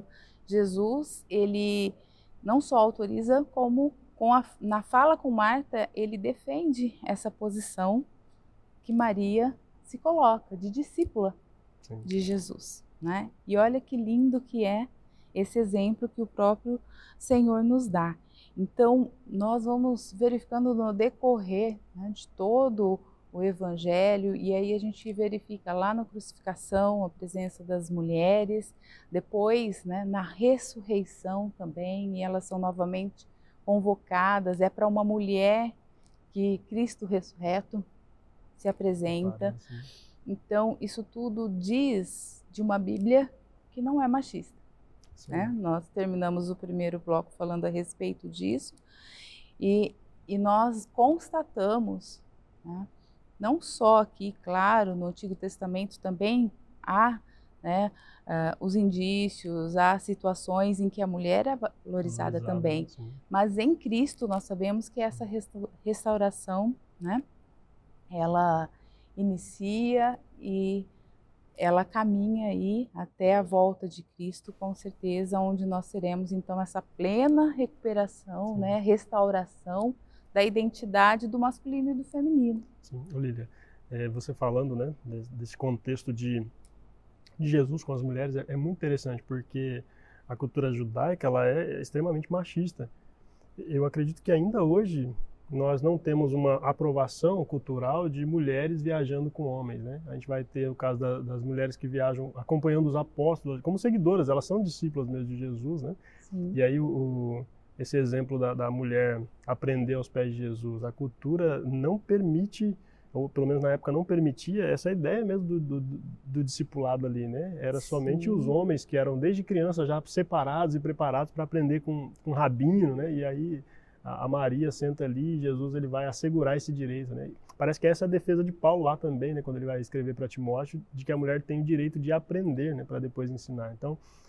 [SPEAKER 3] Jesus, ele não só autoriza, como com a, na fala com Marta, ele defende essa posição que Maria se coloca, de discípula Sim. de Jesus, né? E olha que lindo que é esse exemplo que o próprio Senhor nos dá. Então, nós vamos verificando no decorrer, né, de todo o Evangelho, e aí a gente verifica lá na crucificação a presença das mulheres, depois, né, na ressurreição também, e elas são novamente convocadas, é para uma mulher que Cristo ressurreto se apresenta. Então, isso tudo diz de uma Bíblia que não é machista. Né? Nós terminamos o primeiro bloco falando a respeito disso, e, e nós constatamos, né, não só aqui, claro, no Antigo Testamento também há, né, uh, os indícios, há situações em que a mulher é valorizada também, sim. Mas em Cristo nós sabemos que essa restauração, né, ela inicia e ela caminha aí até a volta de Cristo, com certeza, onde nós teremos então essa plena recuperação, né, restauração da identidade do masculino e do feminino.
[SPEAKER 4] Sim, Olívia, é, você falando, né, desse contexto de, de Jesus com as mulheres, é, é muito interessante, porque a cultura judaica ela é extremamente machista. Eu acredito que ainda hoje nós não temos uma aprovação cultural de mulheres viajando com homens, né? A gente vai ter o caso da, das mulheres que viajam acompanhando os apóstolos, como seguidoras, elas são discípulas mesmo de Jesus, né?
[SPEAKER 3] Sim.
[SPEAKER 4] E aí o, o, esse exemplo da, da mulher aprender aos pés de Jesus, a cultura não permite, ou pelo menos na época não permitia, essa ideia mesmo do, do, do discipulado ali, né? Era somente
[SPEAKER 3] Sim.
[SPEAKER 4] os homens que eram desde criança já separados e preparados para aprender com, com um rabino, né? E aí a Maria senta ali e Jesus ele vai assegurar esse direito, né? Parece que essa é a defesa de Paulo lá também, né? Quando ele vai escrever para Timóteo, de que a mulher tem o direito de aprender, né? Para depois ensinar. Então,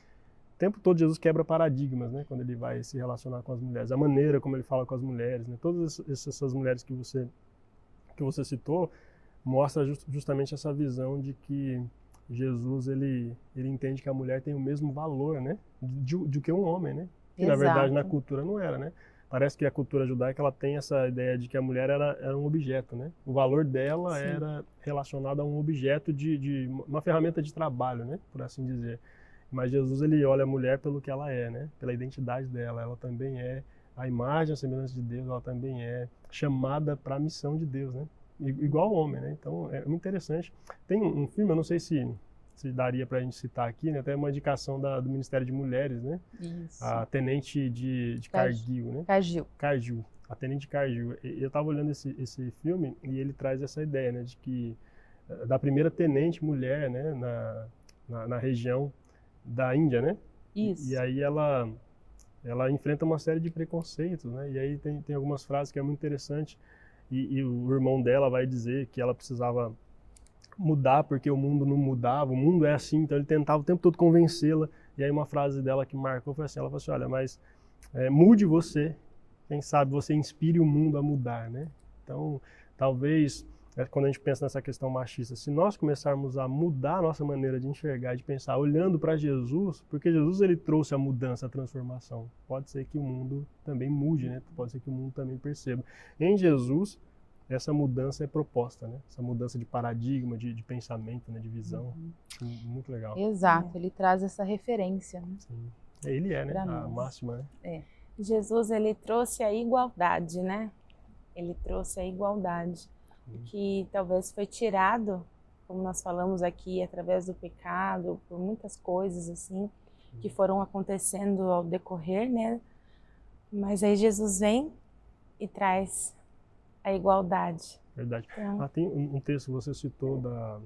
[SPEAKER 4] o tempo todo Jesus quebra paradigmas, né? Quando ele vai se relacionar com as mulheres, a maneira como ele fala com as mulheres, né? Todas essas mulheres que você que você citou mostra just, justamente essa visão de que Jesus ele ele entende que a mulher tem o mesmo valor, né? De, de que um homem, né? Que
[SPEAKER 3] Exato.
[SPEAKER 4] na verdade na cultura não era, né? Parece que a cultura judaica ela tem essa ideia de que a mulher era, era um objeto, né? O valor dela Sim. era relacionado a um objeto de, de uma ferramenta de trabalho, né? Por assim dizer. Mas Jesus ele olha a mulher pelo que ela é, né? Pela identidade dela. Ela também é a imagem, a semelhança de Deus. Ela também é chamada para a missão de Deus, né? Igual ao homem, né? Então é muito interessante. Tem um filme, eu não sei se se daria para a gente citar aqui, né? Até uma indicação da, do Ministério de Mulheres, né?
[SPEAKER 3] Isso.
[SPEAKER 4] A tenente de, de Cargill, né?
[SPEAKER 3] Cargill.
[SPEAKER 4] Cargill, a tenente Cargill. E eu estava olhando esse, esse filme e ele traz essa ideia, né? De que da primeira tenente mulher, né? Na, na, na região da Índia, né?
[SPEAKER 3] Isso.
[SPEAKER 4] E, e aí ela ela enfrenta uma série de preconceitos, né? E aí tem, tem algumas frases que é muito interessante e, e o irmão dela vai dizer que ela precisava mudar porque o mundo não mudava, o mundo é assim, então ele tentava o tempo todo convencê-la. E aí uma frase dela que marcou foi assim, ela falou assim, olha, mas é, mude você, quem sabe você inspire o mundo a mudar, né? Então, talvez, é, quando a gente pensa nessa questão machista, se nós começarmos a mudar a nossa maneira de enxergar e de pensar, olhando para Jesus, porque Jesus ele trouxe a mudança, a transformação, pode ser que o mundo também mude, né? Pode ser que o mundo também perceba. Em Jesus, essa mudança é proposta, né? Essa mudança de paradigma, de, de pensamento, né? De visão. Uhum. Muito legal.
[SPEAKER 3] Exato, é. Ele traz essa referência. Né?
[SPEAKER 4] Sim. Ele é, né?
[SPEAKER 3] Pra
[SPEAKER 4] a
[SPEAKER 3] nós.
[SPEAKER 4] máxima, né?
[SPEAKER 3] É.
[SPEAKER 1] Jesus, ele trouxe a igualdade, né? Ele trouxe a igualdade, uhum. que talvez foi tirado, como nós falamos aqui, através do pecado, por muitas coisas assim, uhum. que foram acontecendo ao decorrer, né? Mas aí Jesus vem e traz a igualdade.
[SPEAKER 4] Verdade.
[SPEAKER 1] Então,
[SPEAKER 4] ah, tem um, um texto que você citou da,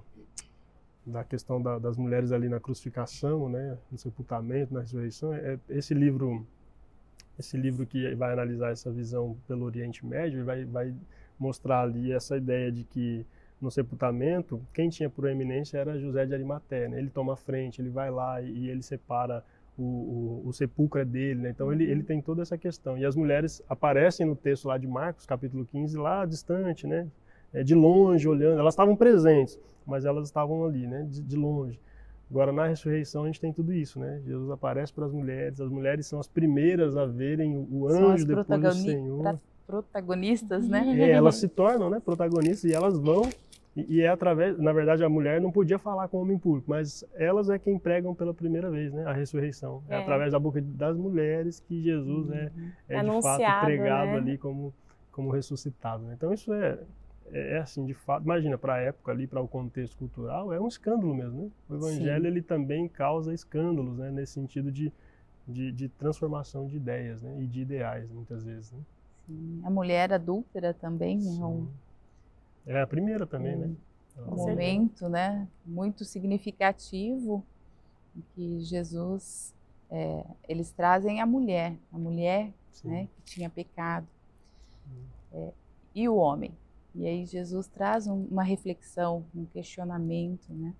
[SPEAKER 4] da questão da, das mulheres ali na crucificação, né, no sepultamento, na ressurreição. É, esse livro, esse livro que vai analisar essa visão pelo Oriente Médio, vai, vai mostrar ali essa ideia de que no sepultamento, quem tinha proeminência era José de Arimateia, né? Ele toma a frente, ele vai lá e, e ele separa O, o, o sepulcro é dele, né? Então uhum. ele, ele tem toda essa questão. E as mulheres aparecem no texto lá de Marcos, capítulo quinze, lá distante, né? É, de longe, olhando. Elas estavam presentes, mas elas estavam ali, né? De, de longe. Agora, na ressurreição, a gente tem tudo isso, né? Jesus aparece para as mulheres, as mulheres são as primeiras a verem o, o anjo depois do Senhor.
[SPEAKER 3] Protagonistas, né?
[SPEAKER 4] É, elas se tornam, né, protagonistas e elas vão... E, e é através, na verdade, a mulher não podia falar com o homem público, mas elas é quem pregam pela primeira vez, né, a ressurreição. É, é através da boca das mulheres que Jesus uhum. é, é de fato pregado, né? Ali como, como ressuscitado. Né? Então isso é, é, é assim, de fato, imagina, para a época ali, para o contexto cultural, é um escândalo mesmo. Né? O evangelho, Sim. ele também causa escândalos, né, nesse sentido de, de, de transformação de ideias, né, e de ideais, muitas vezes. Né?
[SPEAKER 3] Sim. A mulher adúltera também é um...
[SPEAKER 4] É a primeira também, um, né?
[SPEAKER 3] Um momento, né, muito significativo em que Jesus, é, eles trazem a mulher, a mulher, né, que tinha pecado, é, e o homem. E aí Jesus traz um, uma reflexão, um questionamento, né?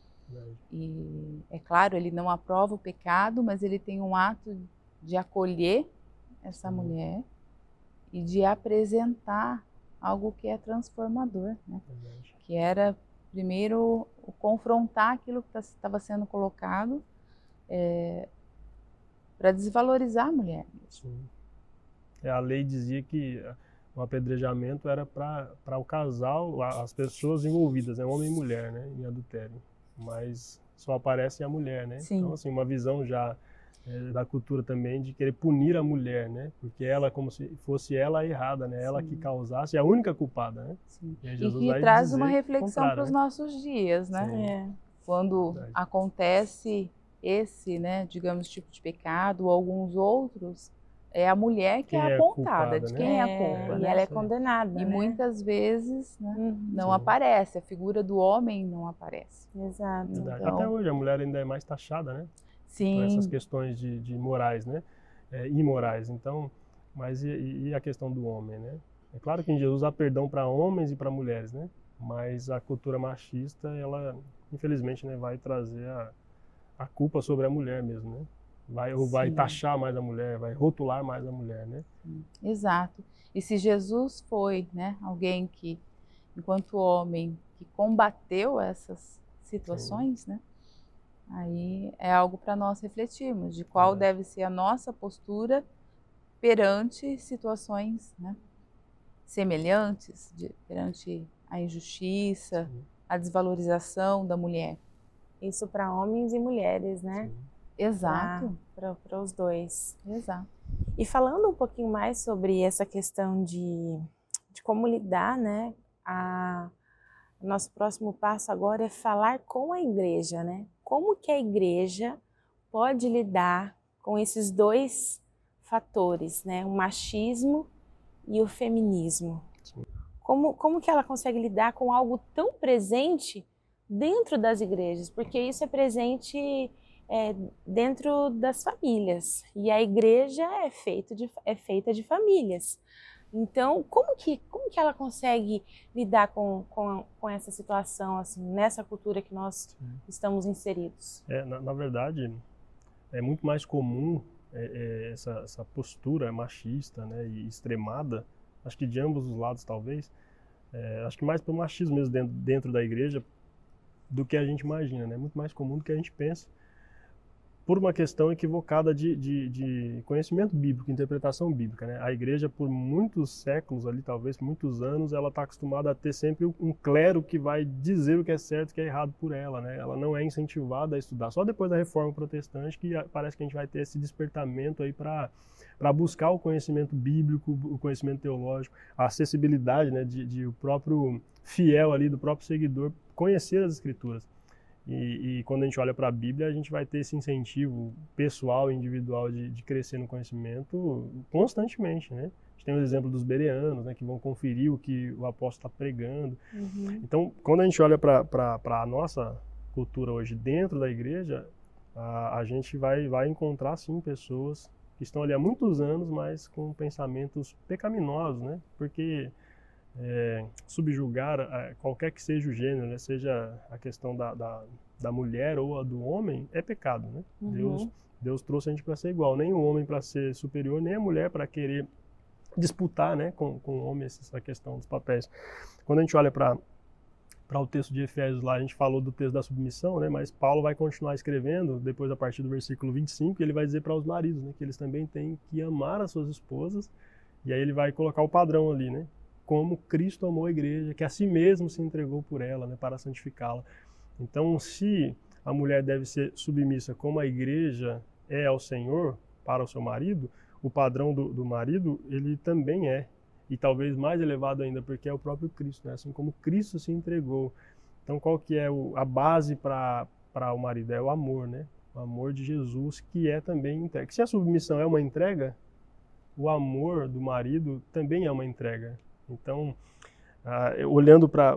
[SPEAKER 3] E é claro, ele não aprova o pecado, mas ele tem um ato de acolher essa Sim. mulher e de apresentar algo que é transformador, né? Verdade. Que era, primeiro, o confrontar aquilo que estava sendo colocado é, para desvalorizar a mulher.
[SPEAKER 4] Sim. É, a lei dizia que o apedrejamento era para o casal, as pessoas envolvidas, né? Homem e mulher, né? Em adultério. Mas só aparece a mulher, né?
[SPEAKER 3] Sim.
[SPEAKER 4] Então, assim, uma visão já é, da cultura também de querer punir a mulher, né? Porque ela, como se fosse ela a errada, né? Ela
[SPEAKER 3] Sim.
[SPEAKER 4] que causasse, a única culpada, né?
[SPEAKER 3] Sim.
[SPEAKER 4] E, aí
[SPEAKER 3] E
[SPEAKER 4] Jesus
[SPEAKER 3] que
[SPEAKER 4] vai
[SPEAKER 3] traz
[SPEAKER 4] dizer
[SPEAKER 3] uma
[SPEAKER 4] o
[SPEAKER 3] reflexão
[SPEAKER 4] contrário,
[SPEAKER 3] para os
[SPEAKER 4] né?
[SPEAKER 3] nossos dias, né?
[SPEAKER 4] Sim.
[SPEAKER 1] É.
[SPEAKER 3] Quando
[SPEAKER 4] Verdade.
[SPEAKER 3] acontece esse, né, digamos, tipo de pecado ou alguns outros, é a mulher que
[SPEAKER 4] Quem
[SPEAKER 3] é
[SPEAKER 4] é
[SPEAKER 3] apontada,
[SPEAKER 4] culpada,
[SPEAKER 3] de
[SPEAKER 4] né?
[SPEAKER 3] quem é a
[SPEAKER 1] É,
[SPEAKER 3] culpa,
[SPEAKER 1] e
[SPEAKER 3] né?
[SPEAKER 1] ela é
[SPEAKER 4] Isso aí.
[SPEAKER 1] condenada,
[SPEAKER 3] E
[SPEAKER 1] né?
[SPEAKER 3] muitas vezes, né,
[SPEAKER 1] Uhum.
[SPEAKER 3] não
[SPEAKER 4] Sim.
[SPEAKER 3] aparece, a figura do homem não aparece.
[SPEAKER 1] Exato.
[SPEAKER 4] Verdade.
[SPEAKER 3] Então-
[SPEAKER 4] Até hoje a mulher ainda é mais taxada, né? Por essas
[SPEAKER 3] Sim,
[SPEAKER 4] questões de, de morais, né? É, imorais. Então, mas e, e a questão do homem, né? É claro que em Jesus há perdão para homens e para mulheres, né? Mas a cultura machista, ela, infelizmente, né, vai trazer a, a culpa sobre a mulher mesmo, né? Vai, ou vai
[SPEAKER 3] Sim.
[SPEAKER 4] taxar mais a mulher, vai rotular mais a mulher, né?
[SPEAKER 3] exato. E se Jesus foi, né, alguém que, enquanto homem, que combateu essas situações, né, aí é algo para nós refletirmos de qual
[SPEAKER 4] Verdade.
[SPEAKER 3] deve ser a nossa postura perante situações, né, semelhantes, de, perante a injustiça,
[SPEAKER 4] Sim.
[SPEAKER 3] a desvalorização da mulher.
[SPEAKER 1] Isso para homens e mulheres, né?
[SPEAKER 4] Sim.
[SPEAKER 3] Exato,
[SPEAKER 1] Para os dois.
[SPEAKER 3] exato.
[SPEAKER 1] E falando um pouquinho mais sobre essa questão de, de como lidar, né? A, o nosso próximo passo agora é falar com a igreja, né? Como que a igreja pode lidar com esses dois fatores, né? O machismo e o feminismo.
[SPEAKER 4] Sim.
[SPEAKER 1] Como, como que ela consegue lidar com algo tão presente dentro das igrejas? Porque isso é presente é, dentro das famílias. E a igreja é, feito de, é feita de famílias. Então, como que, como que ela consegue lidar com, com, com essa situação, assim, nessa cultura que nós
[SPEAKER 4] Sim.
[SPEAKER 1] estamos inseridos?
[SPEAKER 4] É, na, na verdade, é muito mais comum é, é, essa, essa postura machista, né, e extremada, acho que de ambos os lados talvez, é, acho que mais pelo machismo mesmo dentro, dentro da igreja do que a gente imagina, né, muito mais comum do que a gente pensa, por uma questão equivocada de, de, de conhecimento bíblico, interpretação bíblica, né? A igreja, por muitos séculos ali, talvez por muitos anos, ela está acostumada a ter sempre um clero que vai dizer o que é certo e o que é errado por ela, né? Ela não é incentivada a estudar. Só depois da Reforma Protestante que parece que a gente vai ter esse despertamento aí para para buscar o conhecimento bíblico, o conhecimento teológico, a acessibilidade, né, de, de o próprio fiel ali, do próprio seguidor, conhecer as Escrituras. E, e quando a gente olha para a Bíblia, a gente vai ter esse incentivo pessoal, individual de, de crescer no conhecimento constantemente, né? A gente tem o exemplo dos bereanos, né, que vão conferir o que o apóstolo está pregando.
[SPEAKER 1] Uhum.
[SPEAKER 4] Então, quando a gente olha para a nossa cultura hoje dentro da igreja, a, a gente vai, vai encontrar, sim, pessoas que estão ali há muitos anos, mas com pensamentos pecaminosos, né? Porque É, subjugar a, qualquer que seja o gênero, né, seja a questão da, da, da mulher ou a do homem, é pecado, né?
[SPEAKER 1] Uhum.
[SPEAKER 4] Deus, Deus trouxe a gente para ser igual, nem o homem para ser superior, nem a mulher para querer disputar, né, com, com o homem essa questão dos papéis. Quando a gente olha para para o texto de Efésios lá, a gente falou do texto da submissão, né, mas Paulo vai continuar escrevendo, depois a partir do versículo vinte e cinco, ele vai dizer para os maridos, né, que eles também têm que amar as suas esposas, e aí ele vai colocar o padrão ali, né? Como Cristo amou a igreja, que a si mesmo se entregou por ela, né, para santificá-la. Então, se a mulher deve ser submissa como a igreja é ao Senhor, para o seu marido, o padrão do, do marido, ele também é, e talvez mais elevado ainda, porque é o próprio Cristo, né? Assim como Cristo se entregou. Então, qual que é o, a base para para o marido? É o amor, né? O amor de Jesus, que é também entrega. Se a submissão é uma entrega, o amor do marido também é uma entrega. Então, ah, olhando para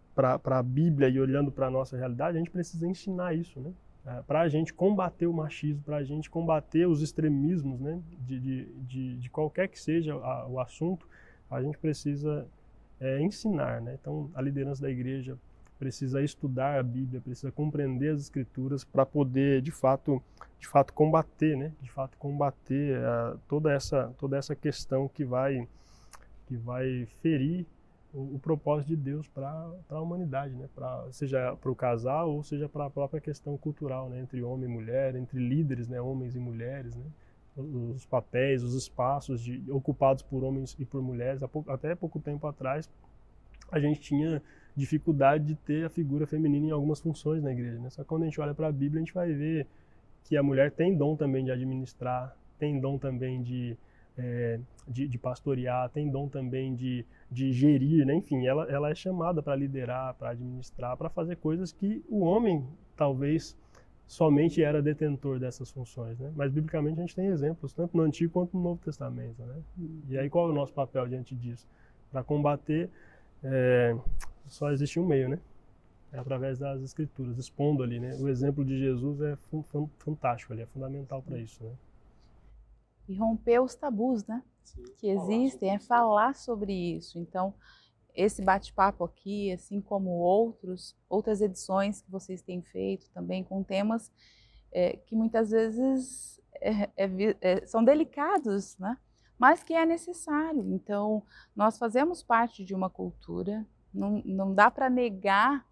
[SPEAKER 4] a Bíblia e olhando para a nossa realidade, a gente precisa ensinar isso, né? Ah, para a gente combater o machismo, para a gente combater os extremismos, né? de, de, de, de qualquer que seja a, o assunto, a gente precisa é, ensinar, né? Então, a liderança da igreja precisa estudar a Bíblia, precisa compreender as Escrituras para poder, de fato, de fato combater, né? De fato combater uh, toda essa toda essa questão que vai que vai ferir o, o propósito de Deus para a humanidade, né? Pra, seja para o casal ou seja para a própria questão cultural, né? Entre homem e mulher, entre líderes, né? Homens e mulheres, né? os papéis, os espaços de, ocupados por homens e por mulheres. Há pouco, até pouco tempo atrás, a gente tinha dificuldade de ter a figura feminina em algumas funções na igreja, né? Só que quando a gente olha para a Bíblia, a gente vai ver que a mulher tem dom também de administrar, tem dom também de, é, de, de pastorear, tem dom também de, de gerir, né? Enfim, ela, ela é chamada para liderar, para administrar, para fazer coisas que o homem talvez somente era detentor dessas funções, né? Mas biblicamente a gente tem exemplos, tanto no Antigo quanto no Novo Testamento, né? E aí qual é o nosso papel diante disso? Para combater, é, só existe um meio, né? É através das Escrituras, expondo ali, né? O exemplo de Jesus é fantástico ali, é fundamental para isso, né?
[SPEAKER 3] E romper os tabus, né? Sim, que existem, é falar sobre isso. Então, esse bate-papo aqui, assim como outros, outras edições que vocês têm feito também com temas é, que muitas vezes é, é, é, são delicados, né? Mas que é necessário. Então, nós fazemos parte de uma cultura, não, não dá para negar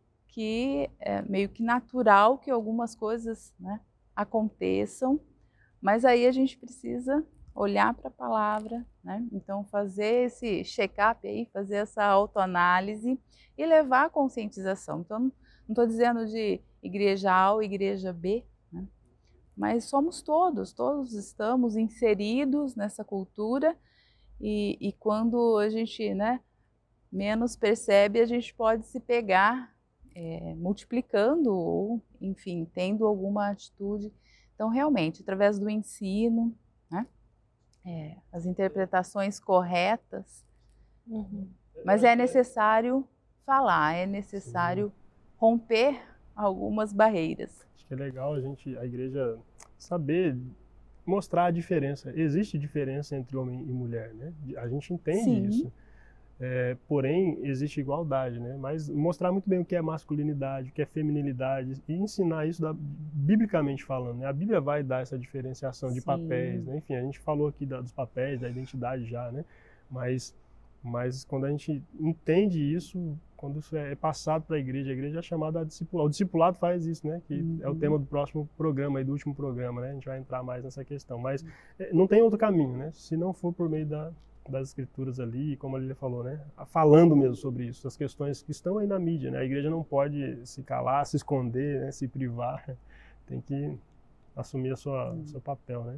[SPEAKER 3] que é meio que natural que algumas coisas, né, aconteçam, mas aí a gente precisa olhar para a palavra, né? Então fazer esse check-up aí, fazer essa autoanálise e levar a conscientização. Então não estou dizendo de igreja A ou igreja B, né? Mas somos todos, todos estamos inseridos nessa cultura e, e quando a gente, né, menos percebe, a gente pode se pegar É, multiplicando ou, enfim, tendo alguma atitude. Então, realmente, através do ensino, né, é, as interpretações corretas, uhum. Mas é necessário falar, é necessário Sim. romper algumas barreiras.
[SPEAKER 4] Acho que é legal a gente, a igreja, saber mostrar a diferença. Existe diferença entre homem e mulher, né? A gente entende Sim. isso. É, porém, existe igualdade, né? Mas mostrar muito bem o que é masculinidade, o que é feminilidade e ensinar isso da, biblicamente falando, né? A Bíblia vai dar essa diferenciação de Sim. papéis, né? Enfim, a gente falou aqui da, dos papéis, da identidade já, né? Mas, mas quando a gente entende isso, quando isso é passado para a igreja, a igreja é chamada a discipular. O discipulado faz isso, né? Que uhum. é o tema do próximo programa, aí, do último programa, né? A gente vai entrar mais nessa questão. Mas uhum. não tem outro caminho, né? Se não for por meio da das escrituras ali, como a Lília falou, né? Falando mesmo sobre isso, as questões que estão aí na mídia, né? A igreja não pode se calar, se esconder, né? Se privar, tem que assumir a sua, hum. seu papel, né?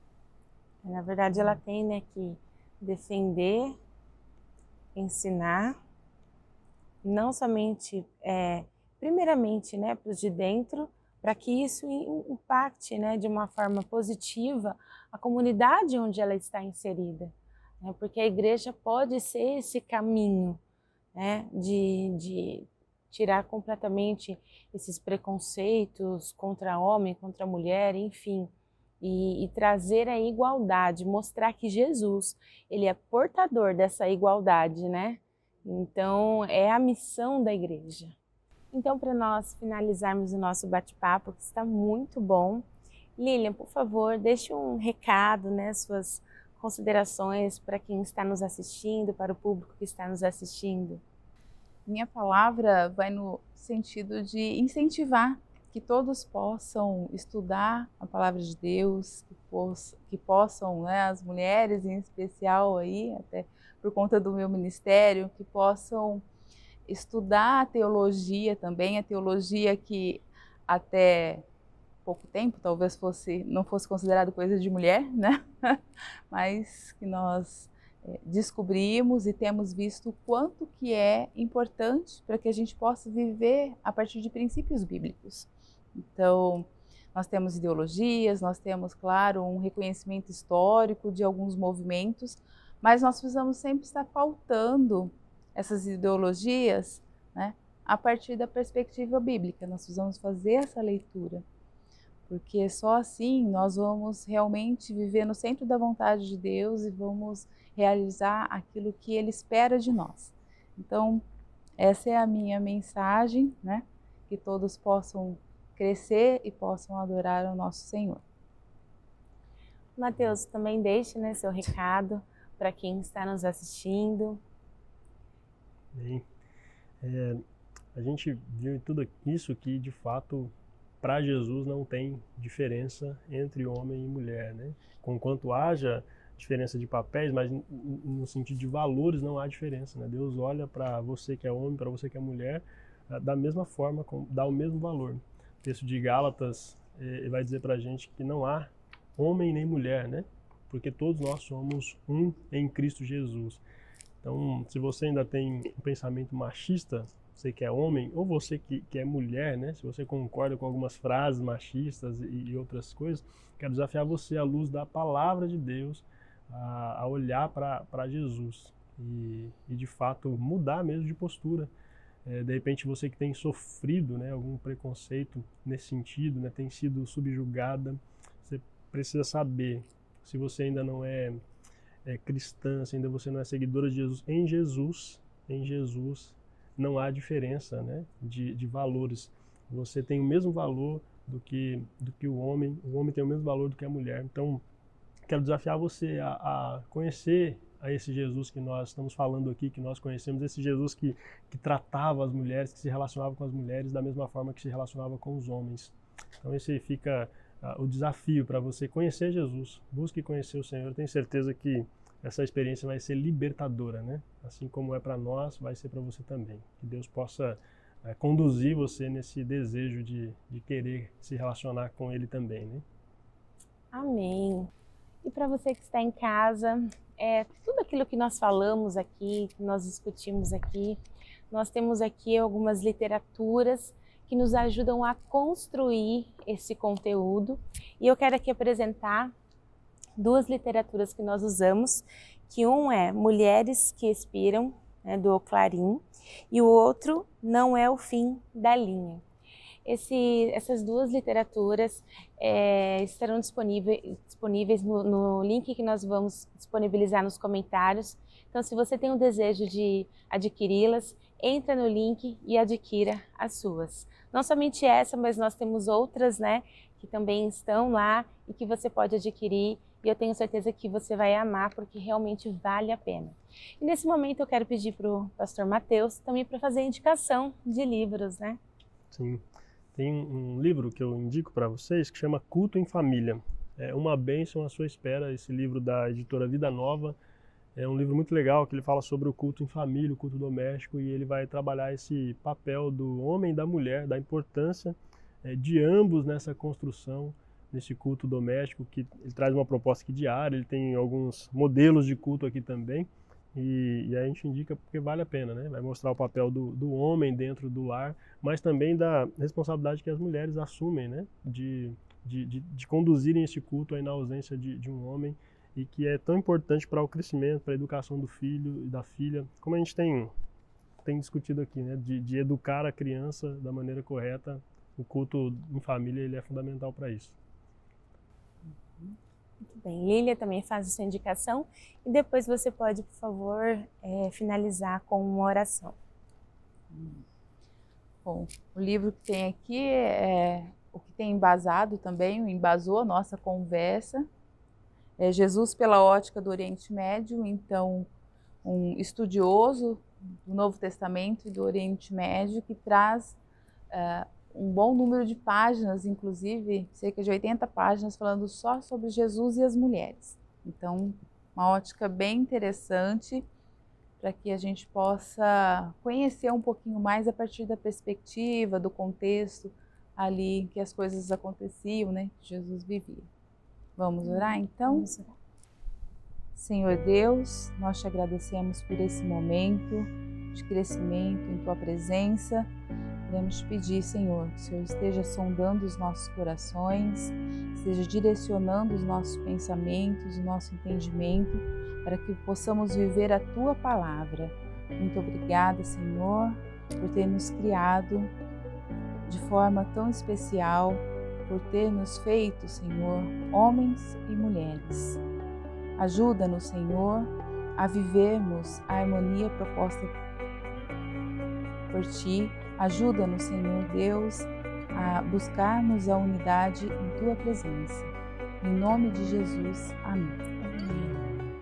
[SPEAKER 1] Na verdade, ela tem, né, que defender, ensinar, não somente, é, primeiramente, né, para os de dentro, para que isso impacte, né, de uma forma positiva a comunidade onde ela está inserida. Porque a igreja pode ser esse caminho, né, de, de tirar completamente esses preconceitos contra homem, contra mulher, enfim, e, e trazer a igualdade, mostrar que Jesus, ele é portador dessa igualdade, né? Então, é a missão da igreja. Então, para nós finalizarmos o nosso bate-papo, que está muito bom, Lilian, por favor, deixe um recado, né, suas considerações para quem está nos assistindo, para o público que está nos assistindo.
[SPEAKER 3] Minha palavra vai no sentido de incentivar que todos possam estudar a palavra de Deus, que, poss que possam, né, as mulheres em especial aí, até por conta do meu ministério, que possam estudar a teologia também, a teologia que até pouco tempo, talvez fosse, não fosse considerado coisa de mulher, né? Mas que nós é, descobrimos e temos visto o quanto que é importante para que a gente possa viver a partir de princípios bíblicos. Então, nós temos ideologias, nós temos, claro, um reconhecimento histórico de alguns movimentos, mas nós precisamos sempre estar pautando essas ideologias, né, a partir da perspectiva bíblica. Nós precisamos fazer essa leitura. Porque só assim nós vamos realmente viver no centro da vontade de Deus e vamos realizar aquilo que Ele espera de nós. Então, essa é a minha mensagem, né? Que todos possam crescer e possam adorar o nosso Senhor.
[SPEAKER 1] Mateus, também deixe, né, seu recado para quem está nos assistindo.
[SPEAKER 4] Bem, é, a gente viu tudo isso que, de fato, para Jesus não tem diferença entre homem e mulher, né? Conquanto haja diferença de papéis, mas no sentido de valores não há diferença, né? Deus olha para você que é homem, para você que é mulher, da mesma forma, dá o mesmo valor. O texto de Gálatas eh, vai dizer para a gente que não há homem nem mulher, né? Porque todos nós somos um em Cristo Jesus. Então, se você ainda tem um pensamento machista, você que é homem, ou você que, que é mulher, né? Se você concorda com algumas frases machistas e, e outras coisas, quero desafiar você à luz da palavra de Deus, a, a olhar para Jesus e, e, de fato, mudar mesmo de postura. É, de repente, você que tem sofrido, né, algum preconceito nesse sentido, né, tem sido subjugada, você precisa saber, se você ainda não é, é cristã, se ainda você não é seguidora de Jesus, em Jesus, em Jesus, não há diferença, né, de, de valores. Você tem o mesmo valor do que, do que o homem, o homem tem o mesmo valor do que a mulher. Então, quero desafiar você a, a conhecer a esse Jesus que nós estamos falando aqui, que nós conhecemos, esse Jesus que, que tratava as mulheres, que se relacionava com as mulheres da mesma forma que se relacionava com os homens. Então esse fica uh, o desafio para você conhecer Jesus, busque conhecer o Senhor. Eu tenho certeza que essa experiência vai ser libertadora, né? Assim como é para nós, vai ser para você também. Que Deus possa uh, conduzir você nesse desejo de, de querer se relacionar com Ele também, né?
[SPEAKER 1] Amém. E para você que está em casa, é, tudo aquilo que nós falamos aqui, que nós discutimos aqui, nós temos aqui algumas literaturas que nos ajudam a construir esse conteúdo. E eu quero aqui apresentar duas literaturas que nós usamos, que um é Mulheres que Expiram, né, do Clarim, e o outro Não é o Fim da Linha. Esse, essas duas literaturas é, estarão disponíveis, disponíveis no, no link que nós vamos disponibilizar nos comentários. Então, se você tem o desejo de adquiri-las, entra no link e adquira as suas. Não somente essa, mas nós temos outras, né, que também estão lá e que você pode adquirir. E eu tenho certeza que você vai amar, porque realmente vale a pena. E nesse momento eu quero pedir para o pastor Mateus também para fazer a indicação de livros, né?
[SPEAKER 4] Sim. Tem um livro que eu indico para vocês que chama Culto em Família. É Uma Bênção à Sua Espera, esse livro da editora Vida Nova. É um livro muito legal que ele fala sobre o culto em família, o culto doméstico, e ele vai trabalhar esse papel do homem e da mulher, da importância é, de ambos nessa construção, nesse culto doméstico, que ele traz uma proposta aqui diária, ele tem alguns modelos de culto aqui também. E, e a gente indica porque vale a pena, né? Vai mostrar o papel do, do homem dentro do lar, mas também da responsabilidade que as mulheres assumem, né? De, de, de, de conduzirem esse culto aí na ausência de, de um homem, e que é tão importante para o crescimento, para a educação do filho e da filha, como a gente tem, tem discutido aqui, né? De, de educar a criança da maneira correta. O culto em família ele é fundamental para isso.
[SPEAKER 1] Muito bem, Lília também faz a sua indicação e depois você pode, por favor, é, finalizar com uma oração.
[SPEAKER 3] Bom, o livro que tem aqui é o que tem embasado também, embasou a nossa conversa, é Jesus pela ótica do Oriente Médio. Então, um estudioso do Novo Testamento e do Oriente Médio que traz uh, um bom número de páginas, inclusive cerca de oitenta páginas, falando só sobre Jesus e as mulheres. Então, uma ótica bem interessante para que a gente possa conhecer um pouquinho mais a partir da perspectiva, do contexto ali em que as coisas aconteciam, né, que Jesus vivia. Vamos orar então?
[SPEAKER 1] Vamos orar.
[SPEAKER 3] Senhor Deus, nós te agradecemos por esse momento de crescimento em tua presença. Queremos te pedir, Senhor, que o Senhor esteja sondando os nossos corações, esteja direcionando os nossos pensamentos, o nosso entendimento, para que possamos viver a Tua Palavra. Muito obrigada, Senhor, por ter nos criado de forma tão especial, por ter nos feito, Senhor, homens e mulheres. Ajuda-nos, Senhor, a vivermos a harmonia proposta por Ti. Ajuda-nos, Senhor Deus, a buscarmos a unidade em Tua presença. Em nome de Jesus, amém.
[SPEAKER 1] Amém.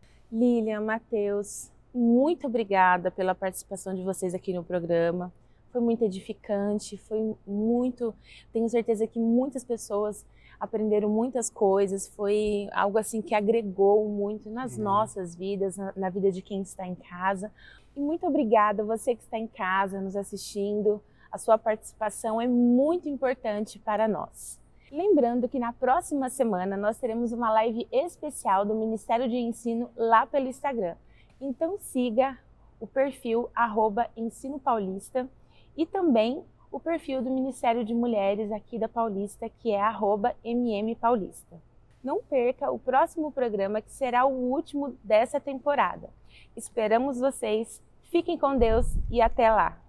[SPEAKER 1] Lília, Mateus, muito obrigada pela participação de vocês aqui no programa. foi muito edificante, foi muito, tenho certeza que muitas pessoas aprenderam muitas coisas, foi algo assim que agregou muito nas uhum. nossas vidas, na, na vida de quem está em casa. E muito obrigada você que está em casa nos assistindo, a sua participação é muito importante para nós. Lembrando que na próxima semana nós teremos uma live especial do Ministério de Ensino lá pelo Instagram. Então siga o perfil arroba Ensino Paulista e também o perfil do Ministério de Mulheres aqui da Paulista, que é arroba M M Paulista. Não perca o próximo programa, que será o último dessa temporada. Esperamos vocês, fiquem com Deus e até lá!